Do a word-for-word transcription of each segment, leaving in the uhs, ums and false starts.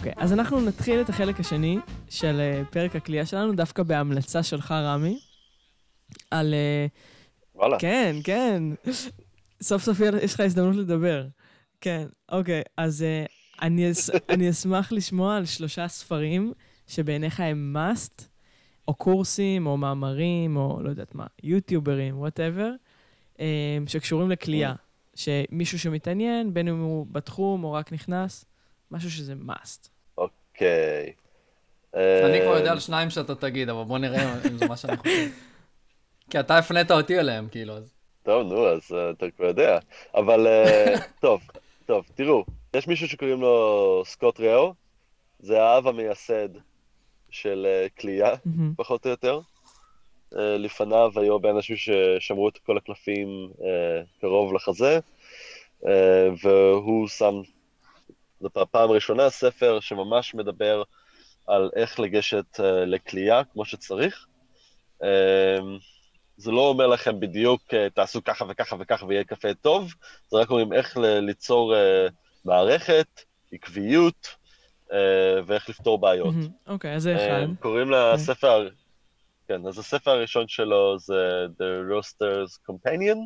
אוקיי, אז אנחנו נתחיל את החלק השני של אה, פרק הקליעה שלנו, דווקא בהמלצה שלך, רמי, על... אה, וואלה. כן, כן. סוף סוף יש לך הזדמנות לדבר. כן, אוקיי, אז uh, אני, אס, אני אשמח לשמוע על שלושה ספרים שבעיניך הם must, או קורסים, או מאמרים, או לא יודעת מה, יוטיוברים, whatever, um, שקשורים לקליעה. שמישהו שמתעניין, בין אם הוא בתחום או רק נכנס, משהו שזה must. אוקיי. אני כבר יודע על שניים שאתה תגיד, אבל בוא נראה אם זה מה שאני חושב. כי אתה הפנית אותי אליהם, כאילו, אז... טוב, נו, אז uh, אתה כבר יודע. אבל uh, טוב, טוב, תראו, יש מישהו שקוראים לו סקוט ראו, זה האב המייסד של uh, קליעה, Mm-hmm. פחות או יותר. Uh, לפניו היו הרבה אנשים ששמרו את כל הקלפים uh, קרוב לחזה, uh, והוא שם, זו פעם ראשונה, ספר שממש מדבר על איך לגשת uh, לקליעה כמו שצריך. Uh, זה לא אומר לכם בדיוק, תעשו ככה וככה וככה ויהיה קפה טוב, זה רק אומרים איך ליצור uh, מערכת, עקביות, uh, ואיך לפתור בעיות. אוקיי, אז זה אחד. Uh, קוראים לספר, כן, אז הספר הראשון שלו זה The Roaster's Companion,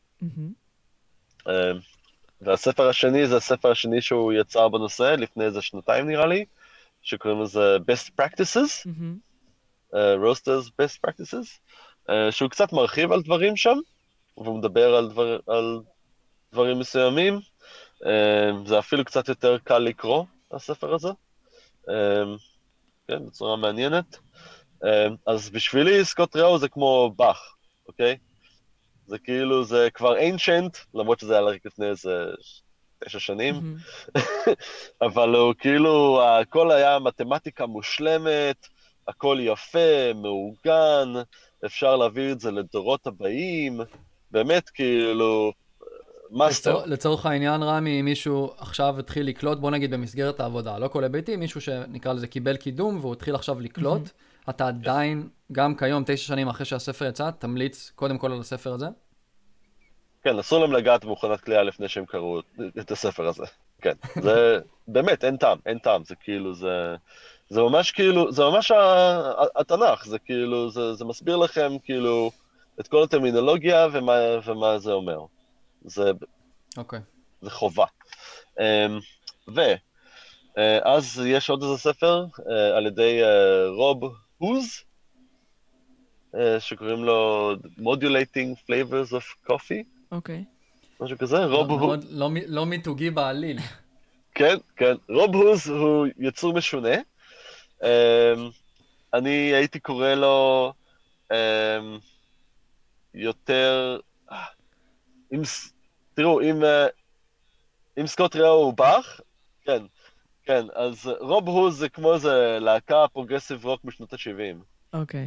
uh, והספר השני זה הספר השני שהוא יצר בנושא, לפני איזה שנתיים נראה לי, שקוראים לזה Best Practices, uh, Roaster's Best Practices, Uh, שהוא קצת מרחיב על דברים שם, והוא מדבר על, דבר, על דברים מסוימים. Uh, זה אפילו קצת יותר קל לקרוא, הספר הזה. Uh, כן, בצורה מעניינת. Uh, אז בשבילי סקוט ראו זה כמו באך, אוקיי? זה כאילו, זה כבר ancient, למרות שזה היה רק לפני איזה תשע שנים. אבל הוא כאילו, הכל היה מתמטיקה מושלמת, הכל יפה, מאורגן, אפשר להעביר את זה לדורות הבאים, באמת כאילו, מאסטר. לצור, לצורך העניין, רמי, אם מישהו עכשיו התחיל לקלוט, בוא נגיד במסגרת העבודה, לא כל היבטים, מישהו שנקרא לזה קיבל קידום, והוא התחיל עכשיו לקלוט, mm-hmm. אתה עדיין, גם כיום, תשע שנים אחרי שהספר יצא, תמליץ קודם כל על הספר הזה? כן, אסור להם לגעת במכונת קליעה לפני שהם קראו את הספר הזה. כן, זה באמת, אין טעם, אין טעם, זה כאילו, זה... זה ממש כאילו, זה ממש התנ"ך, זה כאילו, זה, זה מסביר לכם כאילו את כל הטרמינולוגיה ומה, ומה זה אומר. זה, okay. זה חובה. ואז יש עוד איזה ספר על ידי רוב הוז, שקוראים לו Modulating Flavors of Coffee. אוקיי. משהו כזה, רוב הוז. לא, לא מיתוגי בעליל. כן, כן. רוב הוז הוא יצור משונה. Um, אני הייתי קורא לו um, יותר, אם, תראו, אם, uh, אם סקוט ראו הוא באך, כן, כן, אז רוב הוז זה כמו איזה להקה פרוגרסיב רוק בשנות ה-שבעים. אוקיי.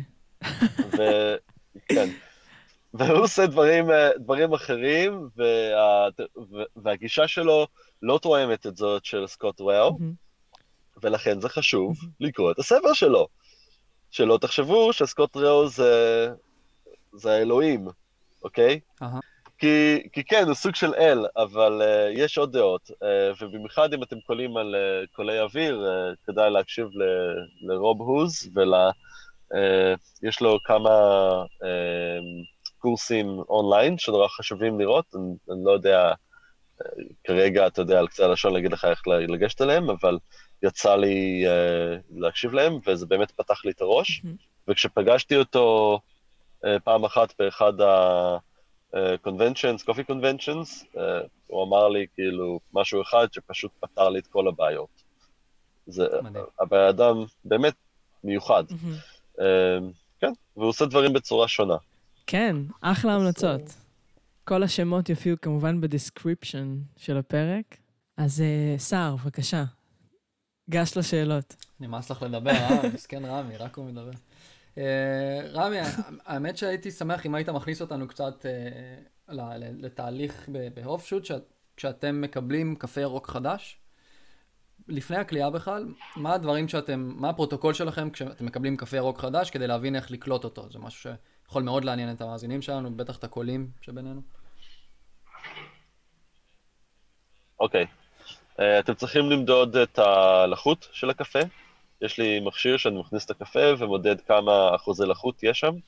וכן, והוא עושה דברים, דברים אחרים, וה, והגישה שלו לא תואמת את זאת של סקוט ראו, ולכן זה חשוב לקרוא את הספר שלו. שלא תחשבו שסקוט ראו זה, זה האלוהים, אוקיי? Uh-huh. כי, כי כן, הוא סוג של אל, אבל uh, יש עוד דעות, uh, ובמיוחד אם אתם קולים על uh, קולי אוויר, uh, כדאי להקשיב ל, לרוב הוז, ויש uh, לו כמה uh, קורסים אונליין שנורא חשובים לראות, אני, אני לא יודע, uh, כרגע אתה יודע על קצה הלשון להגיד לך איך לגשת אליהם, אבל יצא לי uh, להקשיב להם, וזה באמת פתח לי את הראש, mm-hmm. וכשפגשתי אותו uh, פעם אחת באחד ה... conventions, coffee conventions, uh, הוא אמר לי כאילו משהו אחד שפשוט פתר לי את כל הבעיות. זה, הבן אדם באמת מיוחד. Mm-hmm. Uh, כן, והוא עושה דברים בצורה שונה. כן, אחלה המלצות. כל השמות יופיעו כמובן בדסקריפשן של הפרק. אז uh, שר, בבקשה. גש לשאלות. נמאס לך לדבר, אה? מסכן רמי, רק הוא מדבר. רמי, האמת שהייתי שמח אם היית מכניס אותנו קצת לתהליך בהופשוט, כשאתם מקבלים קפה ירוק חדש, לפני הקליעה בכלל, מה הדברים שאתם, מה הפרוטוקול שלכם כשאתם מקבלים קפה ירוק חדש, כדי להבין איך לקלוט אותו? זה משהו שיכול מאוד לעניין את המאזינים שלנו, בטח את הקולים שבינינו. אוקיי. אתם צריכים למדוד את הלחות של הקפה. יש לי מכשיר שאני מכניס את הקפה ומודד כמה אחוזי לחות יש שם.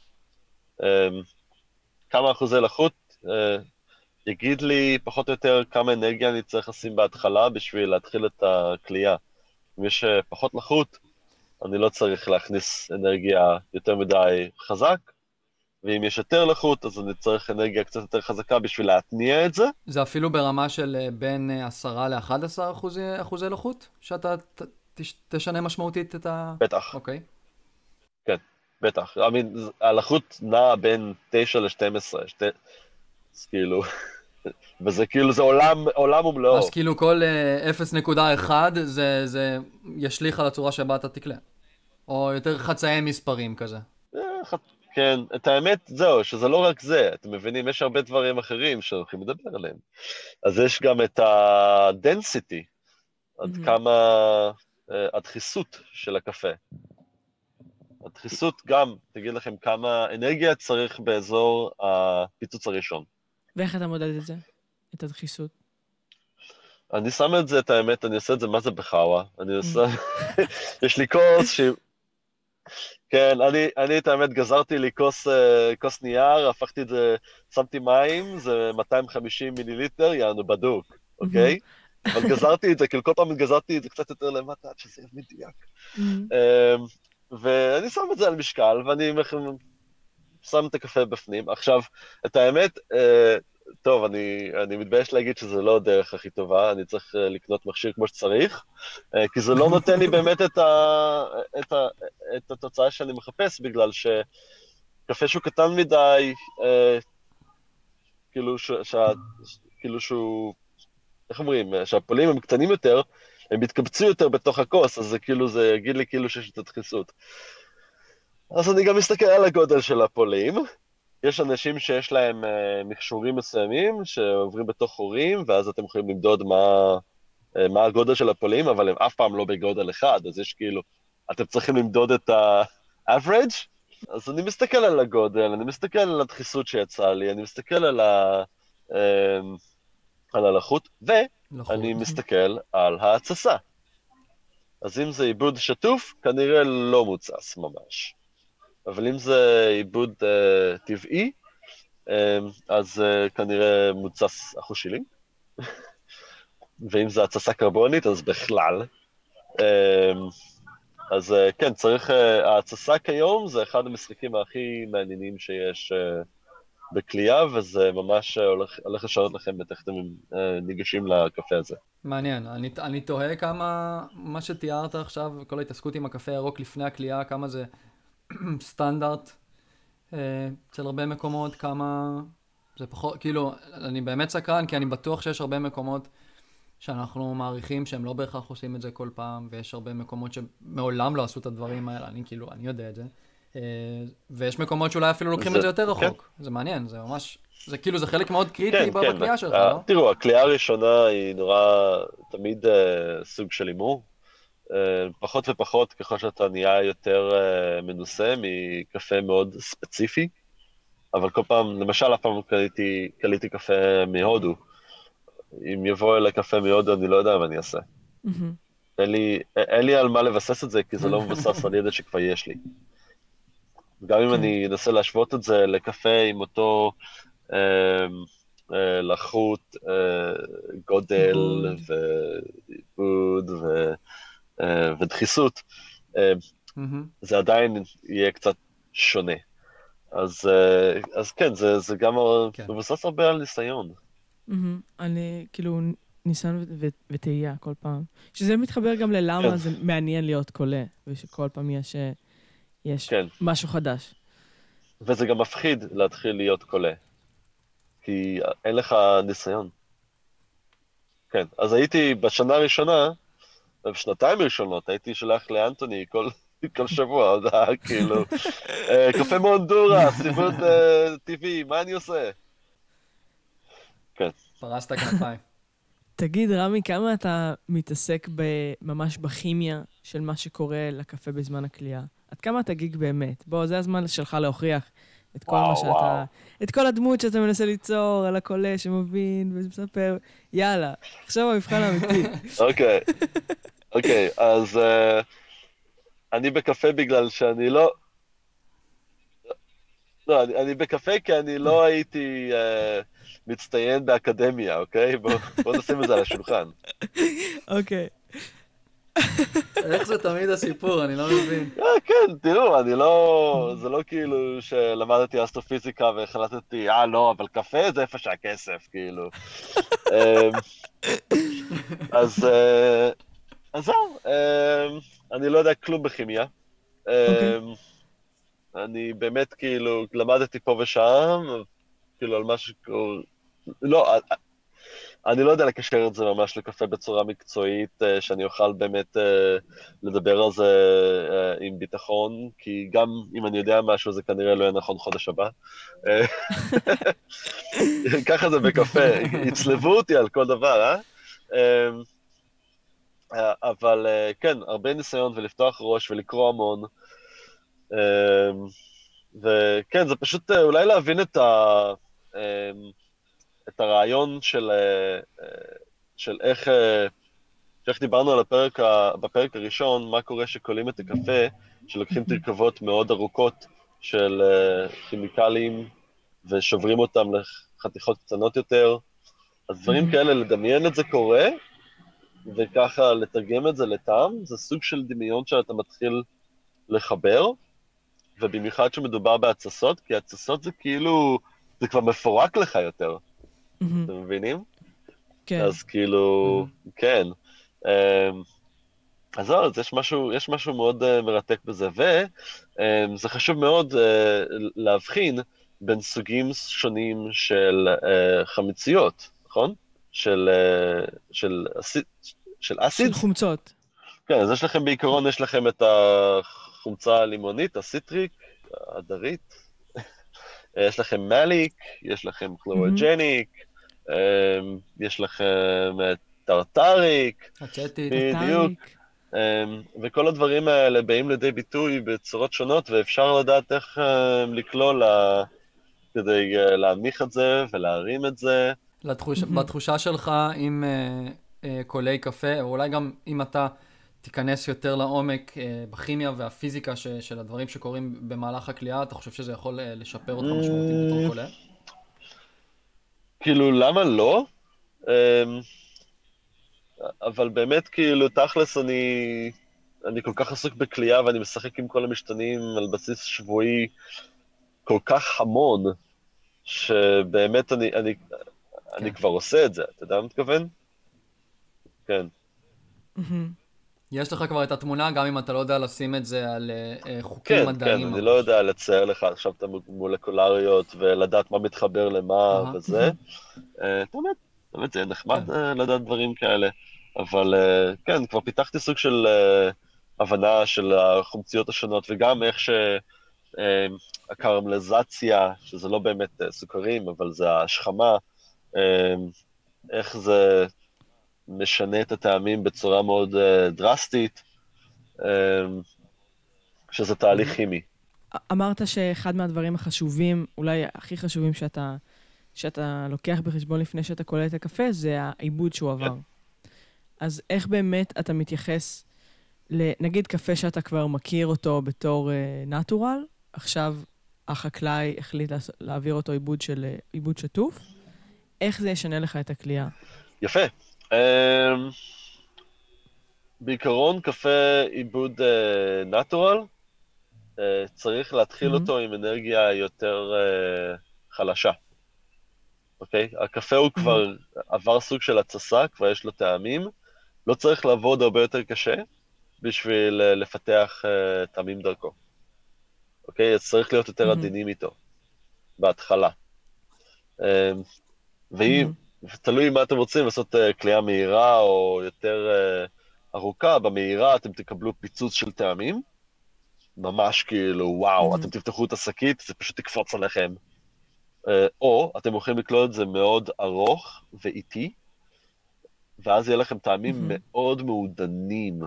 כמה אחוזי לחות יגיד לי פחות או יותר כמה אנרגיה אני צריך לשים בהתחלה בשביל להתחיל את הקלייה. אם יש פחות לחות, אני לא צריך להכניס אנרגיה יותר מדי חזק, ואם יש יותר לחות, אז אני צריך אנרגיה קצת יותר חזקה בשביל להתניע את זה. זה אפילו ברמה של בין עשרה ל-אחד עשר אחוזי לחות, שאתה ת, תש, תשנה משמעותית את ה... בטח. אוקיי. כן, בטח. I mean, הלחות נעה בין תשע ל-שתים עשרה, שתי... אז כאילו... וזה כאילו, זה עולם, עולם ומלואו. אז כאילו כל אפס נקודה אחת זה, זה ישליך על הצורה שבה אתה תקלה. או יותר חצאי מספרים כזה. כן, את האמת, זהו, שזה לא רק זה, אתם מבינים, יש הרבה דברים אחרים שהולכים לדבר עליהם. אז יש גם את ה-density, עד כמה, הדחיסות של הקפה. הדחיסות גם, תגיד לכם כמה אנרגיה צריך באזור הפיצוץ הראשון. ואיך אתה מודד את זה? את הדחיסות? אני שם את זה, את האמת, אני עושה את זה, מה זה בחאווה? אני עושה, יש לי כוס ש... כן, אני, אני את האמת גזרתי לי כוס, כוס נייר, הפכתי את זה, שמתי מים, זה מאתיים וחמישים מיליליטר, יענו בדוק, אוקיי? אבל גזרתי את זה, כאילו כל פעם גזרתי את זה קצת יותר למטה, עד שזה יהיה מדויק. ואני שם את זה על משקל, ואני שם את הקפה בפנים. עכשיו, את האמת, טוב, אני, אני מתבייש להגיד שזה לא הדרך הכי טובה, אני צריך לקנות מכשיר כמו שצריך, כי זה לא נותן לי באמת את, ה, את, ה, את התוצאה שאני מחפש, בגלל שקפה שהוא קטן מדי, כאילו, ש, ש, כאילו שהוא, איך אומרים, שהפולים הם קטנים יותר, הם מתקבצו יותר בתוך הכוס, אז זה כאילו, זה יגיד לי כאילו שיש את הדחיסות. אז אני גם מסתכל על הגודל של הפולים, יש אנשים שיש להם uh, מכשורים מסוימים שעוברים בתוך חורים, ואז אתם יכולים למדוד מה, uh, מה הגודל של הפולים, אבל הם אף פעם לא בגודל אחד, אז יש כאילו, אתם צריכים למדוד את ה-average, אז אני מסתכל על הגודל, אני מסתכל על הדחיסות שיצאה לי, אני מסתכל על, ה, uh, על הלחות, ואני מסתכל על ההצסה. אז אם זה עיבוד שטוף, כנראה לא מוצס ממש. אבל אם זה עיבוד uh, טבעי, um, אז uh, כנראה מוצס אחושילים. ואם זה הצסה קרבונית, אז בכלל. Um, אז uh, כן, צריך, uh, ההצסה כיום זה אחד המשחקים הכי מעניינים שיש uh, בקלייה, וזה ממש uh, הולך, הולך לשנות לכם את איך אתם uh, ניגשים לקפה הזה. מעניין, אני, אני תוהה כמה, מה שתיארת עכשיו, כל ההתעסקות עם הקפה הירוק לפני הקלייה, כמה זה... סטנדרט אצל הרבה מקומות, כמה זה פחות, כאילו, אני באמת סקרן, כי אני בטוח שיש הרבה מקומות שאנחנו מעריכים שהם לא בהכרח עושים את זה כל פעם, ויש הרבה מקומות שמעולם לא עשו את הדברים האלה, אני כאילו, אני יודע את זה, ויש מקומות שאולי אפילו לוקחים את זה יותר רחוק, זה מעניין, זה ממש, זה כאילו, זה חלק מאוד קריטי בקלייה שלך, לא? תראו, הקלייה הראשונה היא נורא, תמיד סוג של אימור, פחות ופחות ככל שאתה נהיה יותר מנוסה מקפה מאוד ספציפי, אבל כל פעם, למשל, אף פעם קליתי, קליתי קפה מהודו. אם יבוא אלי קפה מהודו, אני לא יודע מה אני אעשה. אין לי, אין לי על מה לבסס את זה, כי זה לא מבסס על ידע שכבר יש לי. גם אם אני אנסה להשוות את זה לקפה עם אותו אה, אה, לחות, אה, גודל ועיבוד ו... ודחיסות, זה עדיין יהיה קצת שונה. אז, אז כן, זה, זה גם מבוסס הרבה על ניסיון. אני, כאילו, ניסיון ותהייה כל פעם. שזה מתחבר גם ללמה זה מעניין להיות קולה, ושכל פעם יש, יש משהו חדש. וזה גם מפחיד להתחיל להיות קולה, כי אין לך ניסיון. כן, אז הייתי בשנה הראשונה, בשנתיים ראשונות, הייתי שולח לאנטוני כל, כל שבוע, הודעה, כאילו, קפה מהונדורס, עיבוד טבעי, מה אני עושה? כן. פרסת כנפיים. תגיד, רמי, כמה אתה מתעסק ממש בכימיה של מה שקורה לקפה בזמן הקלייה? עד כמה אתה גיג באמת? בוא, זה הזמן שלך להוכיח את כל מה שאתה... את כל הדמות שאתה מנסה ליצור על הקולה שמבין ומספר. יאללה, עכשיו המבחן האמיתי. אוקיי, אוקיי, אז אני בקפה בגלל שאני לא... לא, אני, אני בקפה כי אני לא הייתי uh, מצטיין באקדמיה, אוקיי? בואו בוא נשים את זה על השולחן. אוקיי. איך זה תמיד הסיפור? אני לא מבין. כן, תראו, אני לא... זה לא כאילו שלמדתי אסטרופיזיקה והחלטתי, אה, לא, אבל קפה זה איפה שהכסף, כאילו. אז... אז זהו, אני לא יודע כלום בכימיה. אני באמת כאילו למדתי פה ושם, כאילו על משהו, לא, אני לא יודע לקשר את זה ממש לקפה בצורה מקצועית, שאני אוכל באמת לדבר על זה עם ביטחון, כי גם אם אני יודע משהו זה כנראה לא יהיה נכון חודש הבא. ככה זה בקפה, יצלבו אותי על כל דבר, אה? אבל כן, הרבה ניסיון ולפתוח ראש ולקרוא המון, וכן, זה פשוט אולי להבין את ה... את הרעיון של, של איך, איך דיברנו על הפרק, בפרק הראשון, מה קורה שקולים את הקפה, שלוקחים תרכבות מאוד ארוכות של כימיקלים ושוברים אותם לחתיכות קטנות יותר. אז דברים כאלה, לדמיין את זה קורה, וככה לתרגם את זה לטעם, זה סוג של דמיון שאתה מתחיל לחבר, ובמיוחד שמדובר בהצסות, כי הצסות זה כאילו, זה כבר מפורק לך יותר. אתם מבינים? כן. אז כאילו, כן. אז זהו, אז יש משהו, יש משהו מאוד מרתק בזה, וזה חשוב מאוד להבחין בין סוגים שונים של חמיציות, נכון? של, של, של אסיד? של חומצות. כן, אז יש לכם בעיקרון, יש לכם את החומצה הלימונית, הסיטריק, הדרית, יש לכם מליק, יש לכם קלורוג'ניק, יש לכם טרטריק, בדיוק, וכל הדברים האלה באים לידי ביטוי בצורות שונות, ואפשר לדעת איך לקלול כדי להנמיך את זה ולהרים את זה. בתחושה שלך עם קולי קפה, או אולי גם אם אתה תיכנס יותר לעומק בכימיה והפיזיקה של הדברים שקורים במהלך הקליעה, אתה חושב שזה יכול לשפר אותך משמעותית בתור קולה? כאילו, למה לא? אבל באמת, כאילו, תכלס אני, אני כל כך עסוק בקליעה, ואני משחק עם כל המשתנים על בסיס שבועי כל כך המון, שבאמת אני, אני, אני כבר עושה את זה, אתה יודע מה מתכוון? כן. יש לך כבר את התמונה, גם אם אתה לא יודע לשים את זה על חוקים מדעיים. כן, כן, אני לא יודע לצייר לך עכשיו את המולקולריות ולדעת מה מתחבר למה וזה. באמת, באמת זה נחמד לדעת דברים כאלה. אבל כן, כבר פיתחתי סוג של הבנה של החומציות השונות, וגם איך שהקרמליזציה, שזה לא באמת סוכרים, אבל זה ההשחמה, איך זה משנה את הטעמים בצורה מאוד דרסטית, שזה תהליך כימי. אמרת שאחד מהדברים החשובים, אולי הכי חשובים שאתה, שאתה לוקח בחשבון לפני שאתה קולה את הקפה, זה העיבוד שהוא עבר. אז איך באמת אתה מתייחס, נגיד קפה שאתה כבר מכיר אותו בתור נטורל, עכשיו החקלאי החליט להעביר אותו עיבוד של עיבוד שטוף, איך זה ישנה לך את הקליעה? יפה. בעיקרון קפה עיבוד נטורל, צריך להתחיל אותו עם אנרגיה יותר חלשה. אוקיי? הקפה הוא כבר עבר סוג של הצסה, כבר יש לו טעמים, לא צריך לעבוד הרבה יותר קשה בשביל לפתח טעמים דרכו. אוקיי? אז צריך להיות יותר עדינים איתו, בהתחלה. ואם, תלוי מה אתם רוצים, לעשות קליעה מהירה או יותר ארוכה, במהירה אתם תקבלו פיצוץ של טעמים, ממש כאילו, וואו, אתם תפתחו את השקית, זה פשוט יקפוץ עליכם. או אתם יכולים לקלול את זה מאוד ארוך ואיטי, ואז יהיה לכם טעמים מאוד מעודנים,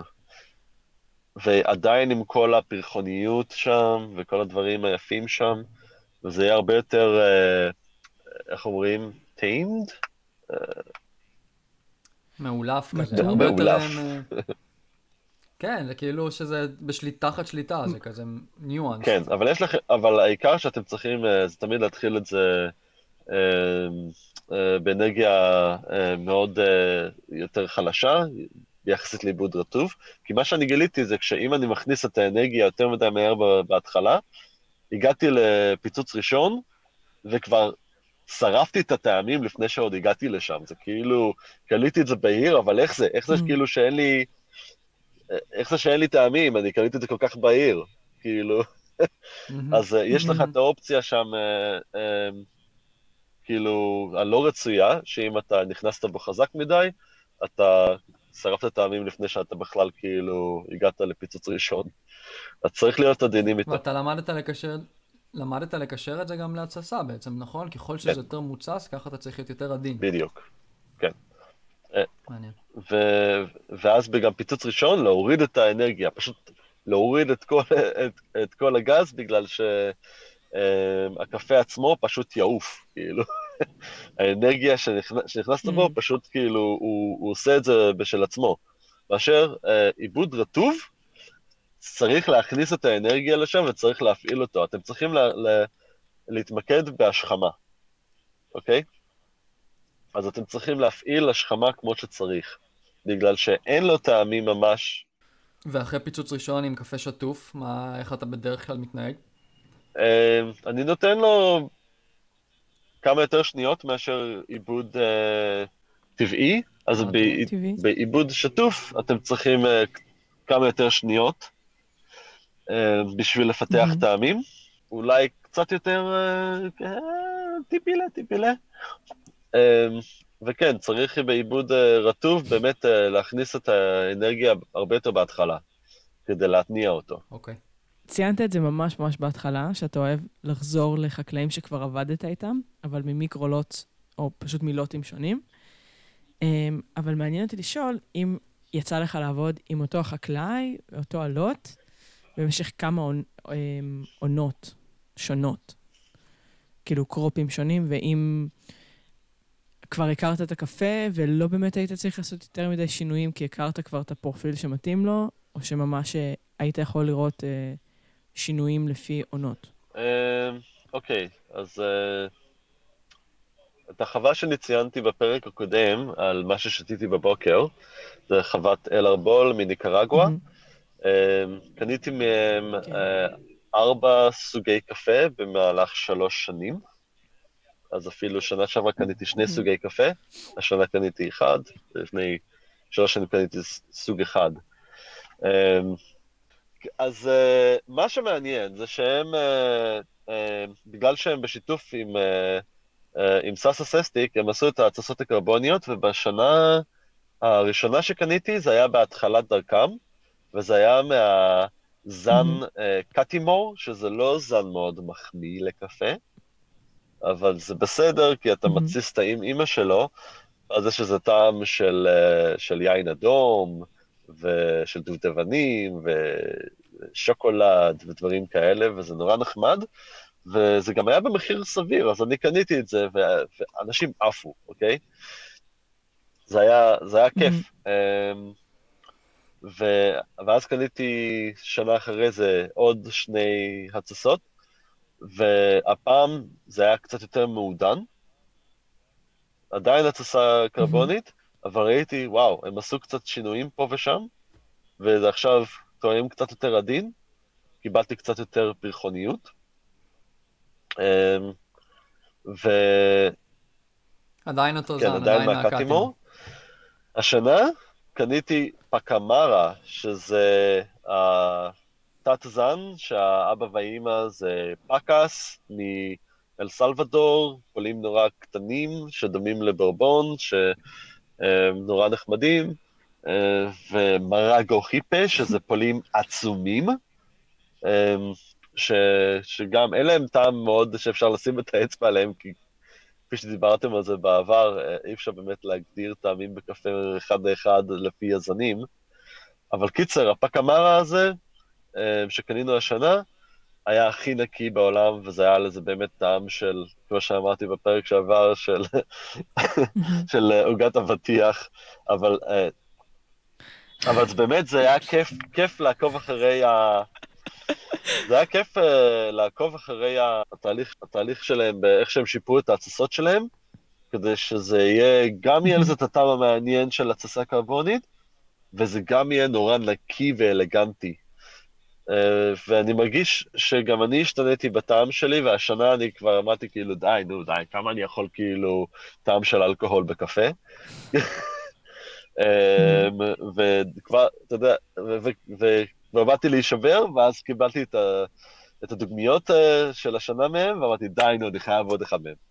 ועדיין עם כל הפרחוניות שם, וכל הדברים היפים שם, וזה יהיה הרבה יותר, אה, איך אומרים, tamed? מאולף כזה, מתון. הרבה יותר... מאולף. אה, כן, זה כאילו שזה בשליט, תחת שליטה, זה כזה ניואנס. כן, אבל יש לכם, אבל העיקר שאתם צריכים, אה, זה תמיד להתחיל את זה אה, אה, באנרגיה אה, מאוד אה, יותר חלשה, ביחסית לעיבוד רטוב, כי מה שאני גיליתי זה כשאם אני מכניס את האנרגיה יותר מדי מהר בהתחלה, הגעתי לפיצוץ ראשון, וכבר שרפתי את הטעמים לפני שעוד הגעתי לשם, זה כאילו, קליתי את זה בהיר, אבל איך זה? איך זה כאילו שאין לי, איך זה שאין לי טעמים? אני קליתי את זה כל כך בהיר, כאילו, אז יש לך את האופציה שם, כאילו, הלא רצויה, שאם אתה נכנסת בו חזק מדי, אתה שרפת טעמים לפני שאתה בכלל כאילו הגעת לפיצוץ ראשון. אז צריך להיות עדינים איתו. ואתה למדת לקשר, למדת לקשר את זה גם להתססה בעצם, נכון? ככל שזה יותר מוצס, ככה אתה צריך להיות יותר עדין. בדיוק, כן. מעניין. ו- ואז בגם פיצוץ ראשון להוריד את האנרגיה, פשוט להוריד את כל, את, את כל הגז, בגלל שהקפה עצמו פשוט יעוף, כאילו. האנרגיה שנכנס, שנכנסת בו, פשוט כאילו, הוא, הוא עושה את זה בשל עצמו. מאשר עיבוד רטוב, צריך להכניס את האנרגיה לשם וצריך להפעיל אותו. אתם צריכים לה, לה, להתמקד בהשכמה, אוקיי? אז אתם צריכים להפעיל השכמה כמו שצריך, בגלל שאין לו טעמים ממש. ואחרי פיצוץ ראשון עם קפה שטוף, מה, איך אתה בדרך כלל מתנהג? אני נותן לו כמה יותר שניות מאשר עיבוד אה, טבעי, אז ב, טבעי. בעיבוד שטוף אתם צריכים אה, כמה יותר שניות אה, בשביל לפתח Mhm. טעמים, אולי קצת יותר אה, טיפילה, טיפילה. אה, וכן, צריך בעיבוד אה, רטוב באמת אה, להכניס את האנרגיה הרבה יותר בהתחלה, כדי להתניע אותו. אוקיי. ציינת את זה ממש ממש בהתחלה, שאתה אוהב לחזור לחקלאים שכבר עבדת איתם, אבל ממיקרולוט או פשוט מלוטים שונים. אמ, אבל מעניין אותי לשאול אם יצא לך לעבוד עם אותו החקלאי, אותו הלוט, במשך כמה עונ- אמ, עונות שונות. כאילו קרופים שונים, ואם כבר הכרת את הקפה ולא באמת היית צריך לעשות יותר מדי שינויים, כי הכרת כבר את הפרופיל שמתאים לו, או שממש אה, היית יכול לראות אה, שינויים לפי עונות. אוקיי, אז את החווה שאני ציינתי בפרק הקודם, על מה ששתיתי בבוקר, זה חוות אל ארבול מניקרגואה. קניתי מהם ארבע סוגי קפה במהלך שלוש שנים, אז אפילו שנה שעברה קניתי שני סוגי קפה, השנה קניתי אחד, לפני שלוש שנים קניתי סוג אחד. אז uh, מה שמעניין זה שהם, uh, uh, בגלל שהם בשיתוף עם, uh, uh, עם סאסה ססטיק, הם עשו את ההצסות הקרבוניות, ובשנה הראשונה שקניתי זה היה בהתחלת דרכם, וזה היה מהזן uh, קטימור, שזה לא זן מאוד מחמיא לקפה, אבל זה בסדר, כי אתה מתסיס את האמא שלו, אז יש איזה טעם של, uh, של יין אדום, ושל דובדבנים, ושוקולד, ודברים כאלה, וזה נורא נחמד, וזה גם היה במחיר סביר, אז אני קניתי את זה, ואנשים עפו, אוקיי? זה היה, זה היה כיף. ו... ואז קניתי שנה אחרי זה עוד שני הצסות, והפעם זה היה קצת יותר מעודן, עדיין הצסה קרבונית, אבל ראיתי, וואו, הם עשו קצת שינויים פה ושם, וזה עכשיו טועמים קצת יותר עדין, קיבלתי קצת יותר פרחוניות. ו... עדיין אותו כן, זן, עדיין עדיין מהקטימור. השנה קניתי פקמרה, שזה התת-זן, שהאבא והאימא זה פקס, מאל סלבדור, פולים נורא קטנים, שדומים לבורבון, שהם נורא נחמדים, ומרגו חיפה, שזה פולים עצומים, ש... שגם אין להם טעם מאוד שאפשר לשים את האצבע עליהם, כי כפי שדיברתם על זה בעבר, אי אפשר באמת להגדיר טעמים בקפה אחד לאחד לפי הזנים, אבל קיצר, הפקמרה הזה, שקנינו השנה, היה הכי נקי בעולם, וזה היה לזה באמת טעם של, כמו שאמרתי בפרק שעבר, של, של עוגת אבטיח, אבל, אבל זה באמת, זה היה כיף, כיף לעקוב אחרי ה... זה היה כיף uh, לעקוב אחרי התהליך, התהליך שלהם, באיך שהם שיפרו את ההצסות שלהם, כדי שזה יהיה, גם יהיה לזה את הטעם המעניין של הצסה קרבונית, וזה גם יהיה נורא נקי ואלגנטי. Uh, ואני מרגיש שגם אני השתניתי בטעם שלי, והשנה אני כבר אמרתי כאילו, די, נו, די, כמה אני יכול כאילו טעם של אלכוהול בקפה. וכבר, אתה יודע, וכבר באתי להישבר, ואז קיבלתי את, ה, את הדוגמיות של השנה מהם, ואמרתי, די, נו, אני חייב עוד אחד מהם.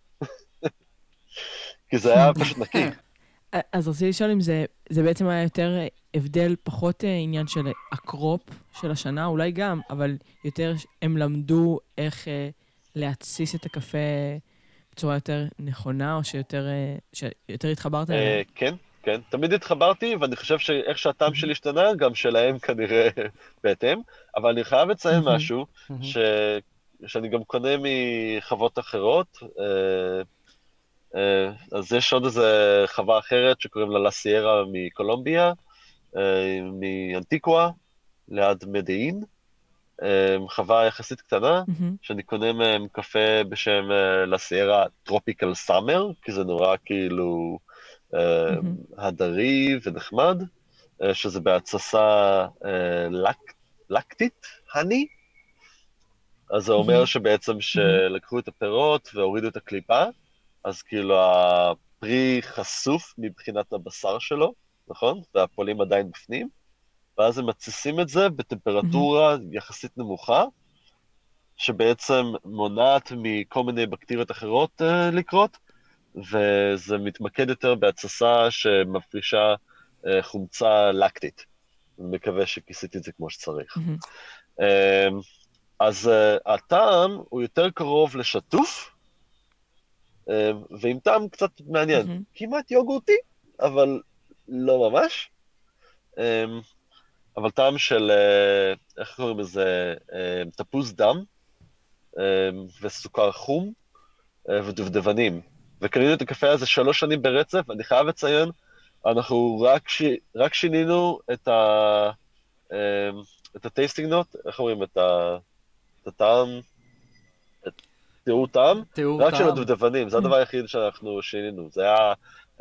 כי זה היה פשוט נקי. אז רציתי לשאול אם זה, זה בעצם היה יותר הבדל, פחות עניין של הקרופ של השנה, אולי גם, אבל יותר הם למדו איך להתסיס את הקפה בצורה יותר נכונה, או שיותר, שיותר התחברת אליהם? כן. כן, תמיד התחברתי, ואני חושב שאיך שהטעם שלי השתנה, גם שלהם כנראה בהתאם, אבל אני חייב לציין משהו, ש... שאני גם קונה מחוות אחרות, אז יש עוד איזה חווה אחרת שקוראים לה לסיירה מקולומביה, מאנטיקווה, ליד מדעין, חווה יחסית קטנה, שאני קונה מהם קפה בשם לסיירה טרופיקל סאמר, כי זה נורא כאילו... הדרי ונחמד, שזה בהצסה לקטית, הני. אז זה אומר שבעצם שלקחו את הפירות והורידו את הקליפה, אז כאילו הפרי חשוף מבחינת הבשר שלו, נכון? והפולים עדיין בפנים, ואז הם מתסיסים את זה בטמפרטורה יחסית נמוכה, שבעצם מונעת מכל מיני בקטריות אחרות לקרות, וזה מתמקד יותר בהצסה שמפרישה חומצה לקטית. אני מקווה שכיסיתי את זה כמו שצריך. Mm-hmm. אז הטעם הוא יותר קרוב לשטוף, ועם טעם קצת מעניין. Mm-hmm. כמעט יוגורטי, אבל לא ממש. אבל טעם של, איך קוראים לזה, תפוז דם, וסוכר חום, ודובדבנים. וקנינו את הקפה הזה שלוש שנים ברצף, אני חייב לציין, אנחנו רק, ש... רק שינינו את ה... את הטייסטינג נוט, איך אומרים, את, ה... את הטעם, את תיאור טעם, תיאור רק טעם. של הדובדבנים, זה הדבר היחיד שאנחנו שינינו, זה היה,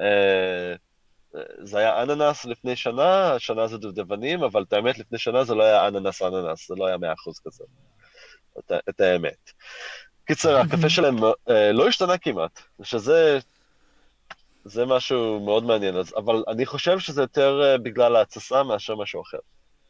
זה היה אננס לפני שנה, השנה זה דובדבנים, אבל את האמת לפני שנה זה לא היה אננס אננס, זה לא היה מאה אחוז כזה, את, את האמת. קיצר, הקפה שלהם לא השתנה כמעט, שזה זה משהו מאוד מעניין, אבל אני חושב שזה יותר בגלל ההצסה מאשר משהו אחר.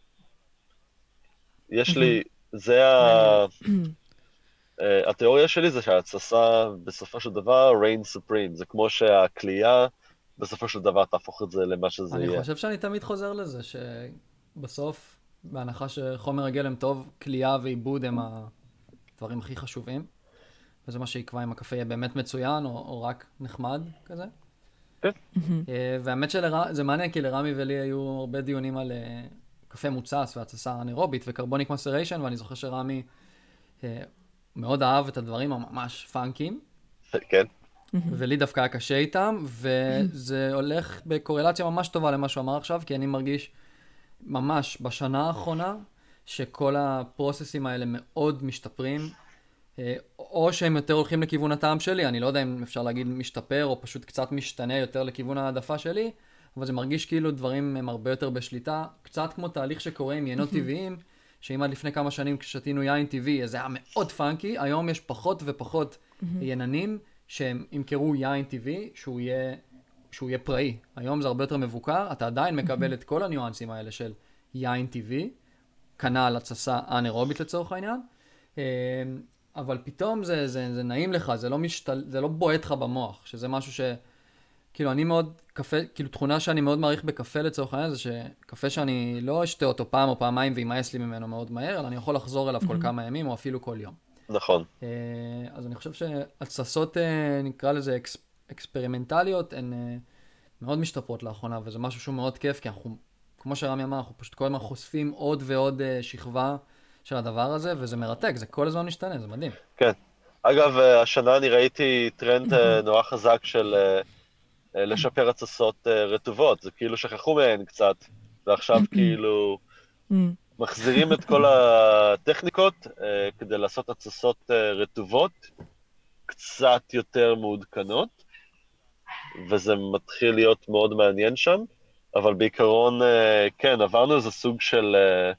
יש לי, זה ה... התיאוריה שלי זה שההצסה בסופו של דבר reign supreme, זה כמו שהקלייה בסופו של דבר תהפוך את זה למה שזה אני יהיה. אני חושב שאני תמיד חוזר לזה, שבסוף, בהנחה שחומר הגלם טוב, קלייה ועיבוד הם הדברים הכי חשובים. וזה מה שיקבע אם הקפה יהיה באמת מצוין, או, או רק נחמד כזה. כן. והאמת שזה מעניין, כי לרמי ולי היו הרבה דיונים על קפה מוצס והצסה אנאירובית וקרבוניק מסריישן, ואני זוכר שרמי מאוד אהב את הדברים הממש פאנקים. כן. ולי דווקא היה קשה איתם, וזה הולך בקורלציה ממש טובה למה שהוא אמר עכשיו, כי אני מרגיש ממש בשנה האחרונה, שכל הפרוססים האלה מאוד משתפרים, או שהם יותר הולכים לכיוון הטעם שלי, אני לא יודע אם אפשר להגיד משתפר, או פשוט קצת משתנה יותר לכיוון העדפה שלי, אבל זה מרגיש כאילו דברים הם הרבה יותר בשליטה, קצת כמו תהליך שקורה עם ינות טבעיים, שאם עד לפני כמה שנים כששתינו יין טבעי, זה היה מאוד פאנקי, היום יש פחות ופחות יננים שהם ימכרו יין טבעי, שהוא יהיה, שהוא יהיה פראי. היום זה הרבה יותר מבוקר, אתה עדיין מקבל את כל הניואנסים האלה של יין טבעי, כנ"ל התססה אנאירובית לצורך העניין, אבל פתאום זה, זה, זה נעים לך, זה לא משתל, זה לא בועט לך במוח, שזה משהו ש... כאילו, אני מאוד, קפה, כאילו, תכונה שאני מאוד מעריך בקפה לצורך העניין, זה שקפה שאני לא אשתה אותו פעם או פעמיים וימאס לי ממנו מאוד מהר, אלא אני יכול לחזור אליו כל כמה ימים או אפילו כל יום. נכון. אז אני חושב שהתססות, נקרא לזה אקס, אקספרימנטליות, הן מאוד משתפרות לאחרונה, וזה משהו שהוא מאוד כיף, כי אנחנו, כמו שרמי אמר, אנחנו פשוט כל הזמן חושפים עוד ועוד שכבה של הדבר הזה, וזה מרתק, זה כל הזמן משתנה, זה מדהים. כן. אגב, השנה אני ראיתי טרנד נורא חזק של לשפר התססות רטובות, זה כאילו שכחו מהן קצת, ועכשיו כאילו מחזירים את כל הטכניקות כדי לעשות התססות רטובות, קצת יותר מעודכנות, וזה מתחיל להיות מאוד מעניין שם, אבל בעיקרון, כן, עברנו איזה סוג של,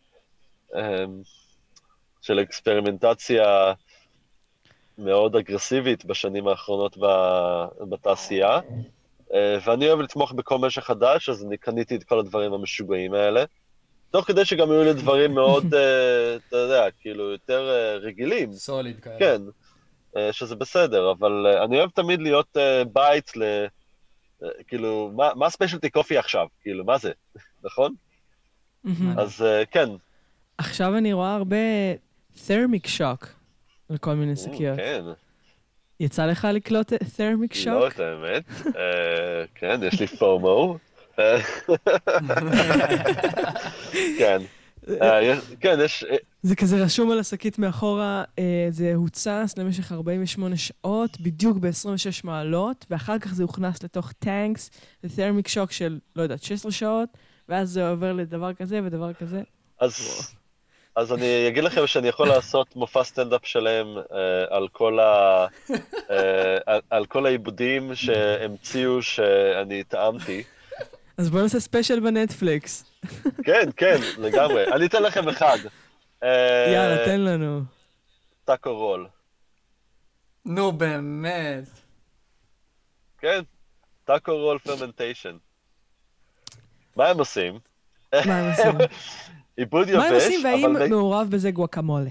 של אקספרימנטציה מאוד אגרסיבית בשנים האחרונות בתעשייה, ואני אוהב לתמוך בכל משך חדש, אז אני קניתי את כל הדברים המשוגעים האלה, תוך כדי שגם היו לי דברים מאוד, אתה יודע, כאילו, יותר רגילים. סוליד כאלה. כן, שזה בסדר, אבל אני אוהב תמיד להיות בית ל... כאילו, מה, מה ספיישלטי קופי עכשיו? כאילו, מה זה? נכון? אז כן. עכשיו אני רואה הרבה thermic shock לכל מיני שקיות. כן. יצא לך לקלוט thermic shock? לא, את האמת. כן, יש לי פומו. כן. כן, יש... זה כזה רשום על השקית מאחורה, זה הוצס למשך ארבעים ושמונה שעות, בדיוק ב-עשרים ושש מעלות, ואחר כך זה הוכנס לתוך טנקס, לתרמיק שוק של, לא יודעת, שש עשרה שעות, ואז זה עובר לדבר כזה ודבר כזה. אז, אז אני אגיד לכם שאני יכול לעשות מופע סטנדאפ שלם על כל ה... על, על כל העיבודים שהמציאו שאני טעמתי. אז בואו נעשה ספיישל בנטפליקס. כן, כן, לגמרי. אני אתן לכם אחד. יאללה, תן לנו. טאקו רול. נו, באמת. כן, טאקו רול פרמנטיישן. מה הם עושים? מה הם עושים? עיבוד יבש, מה הם עושים והאם אבל... מעורב בזה גואקמולה?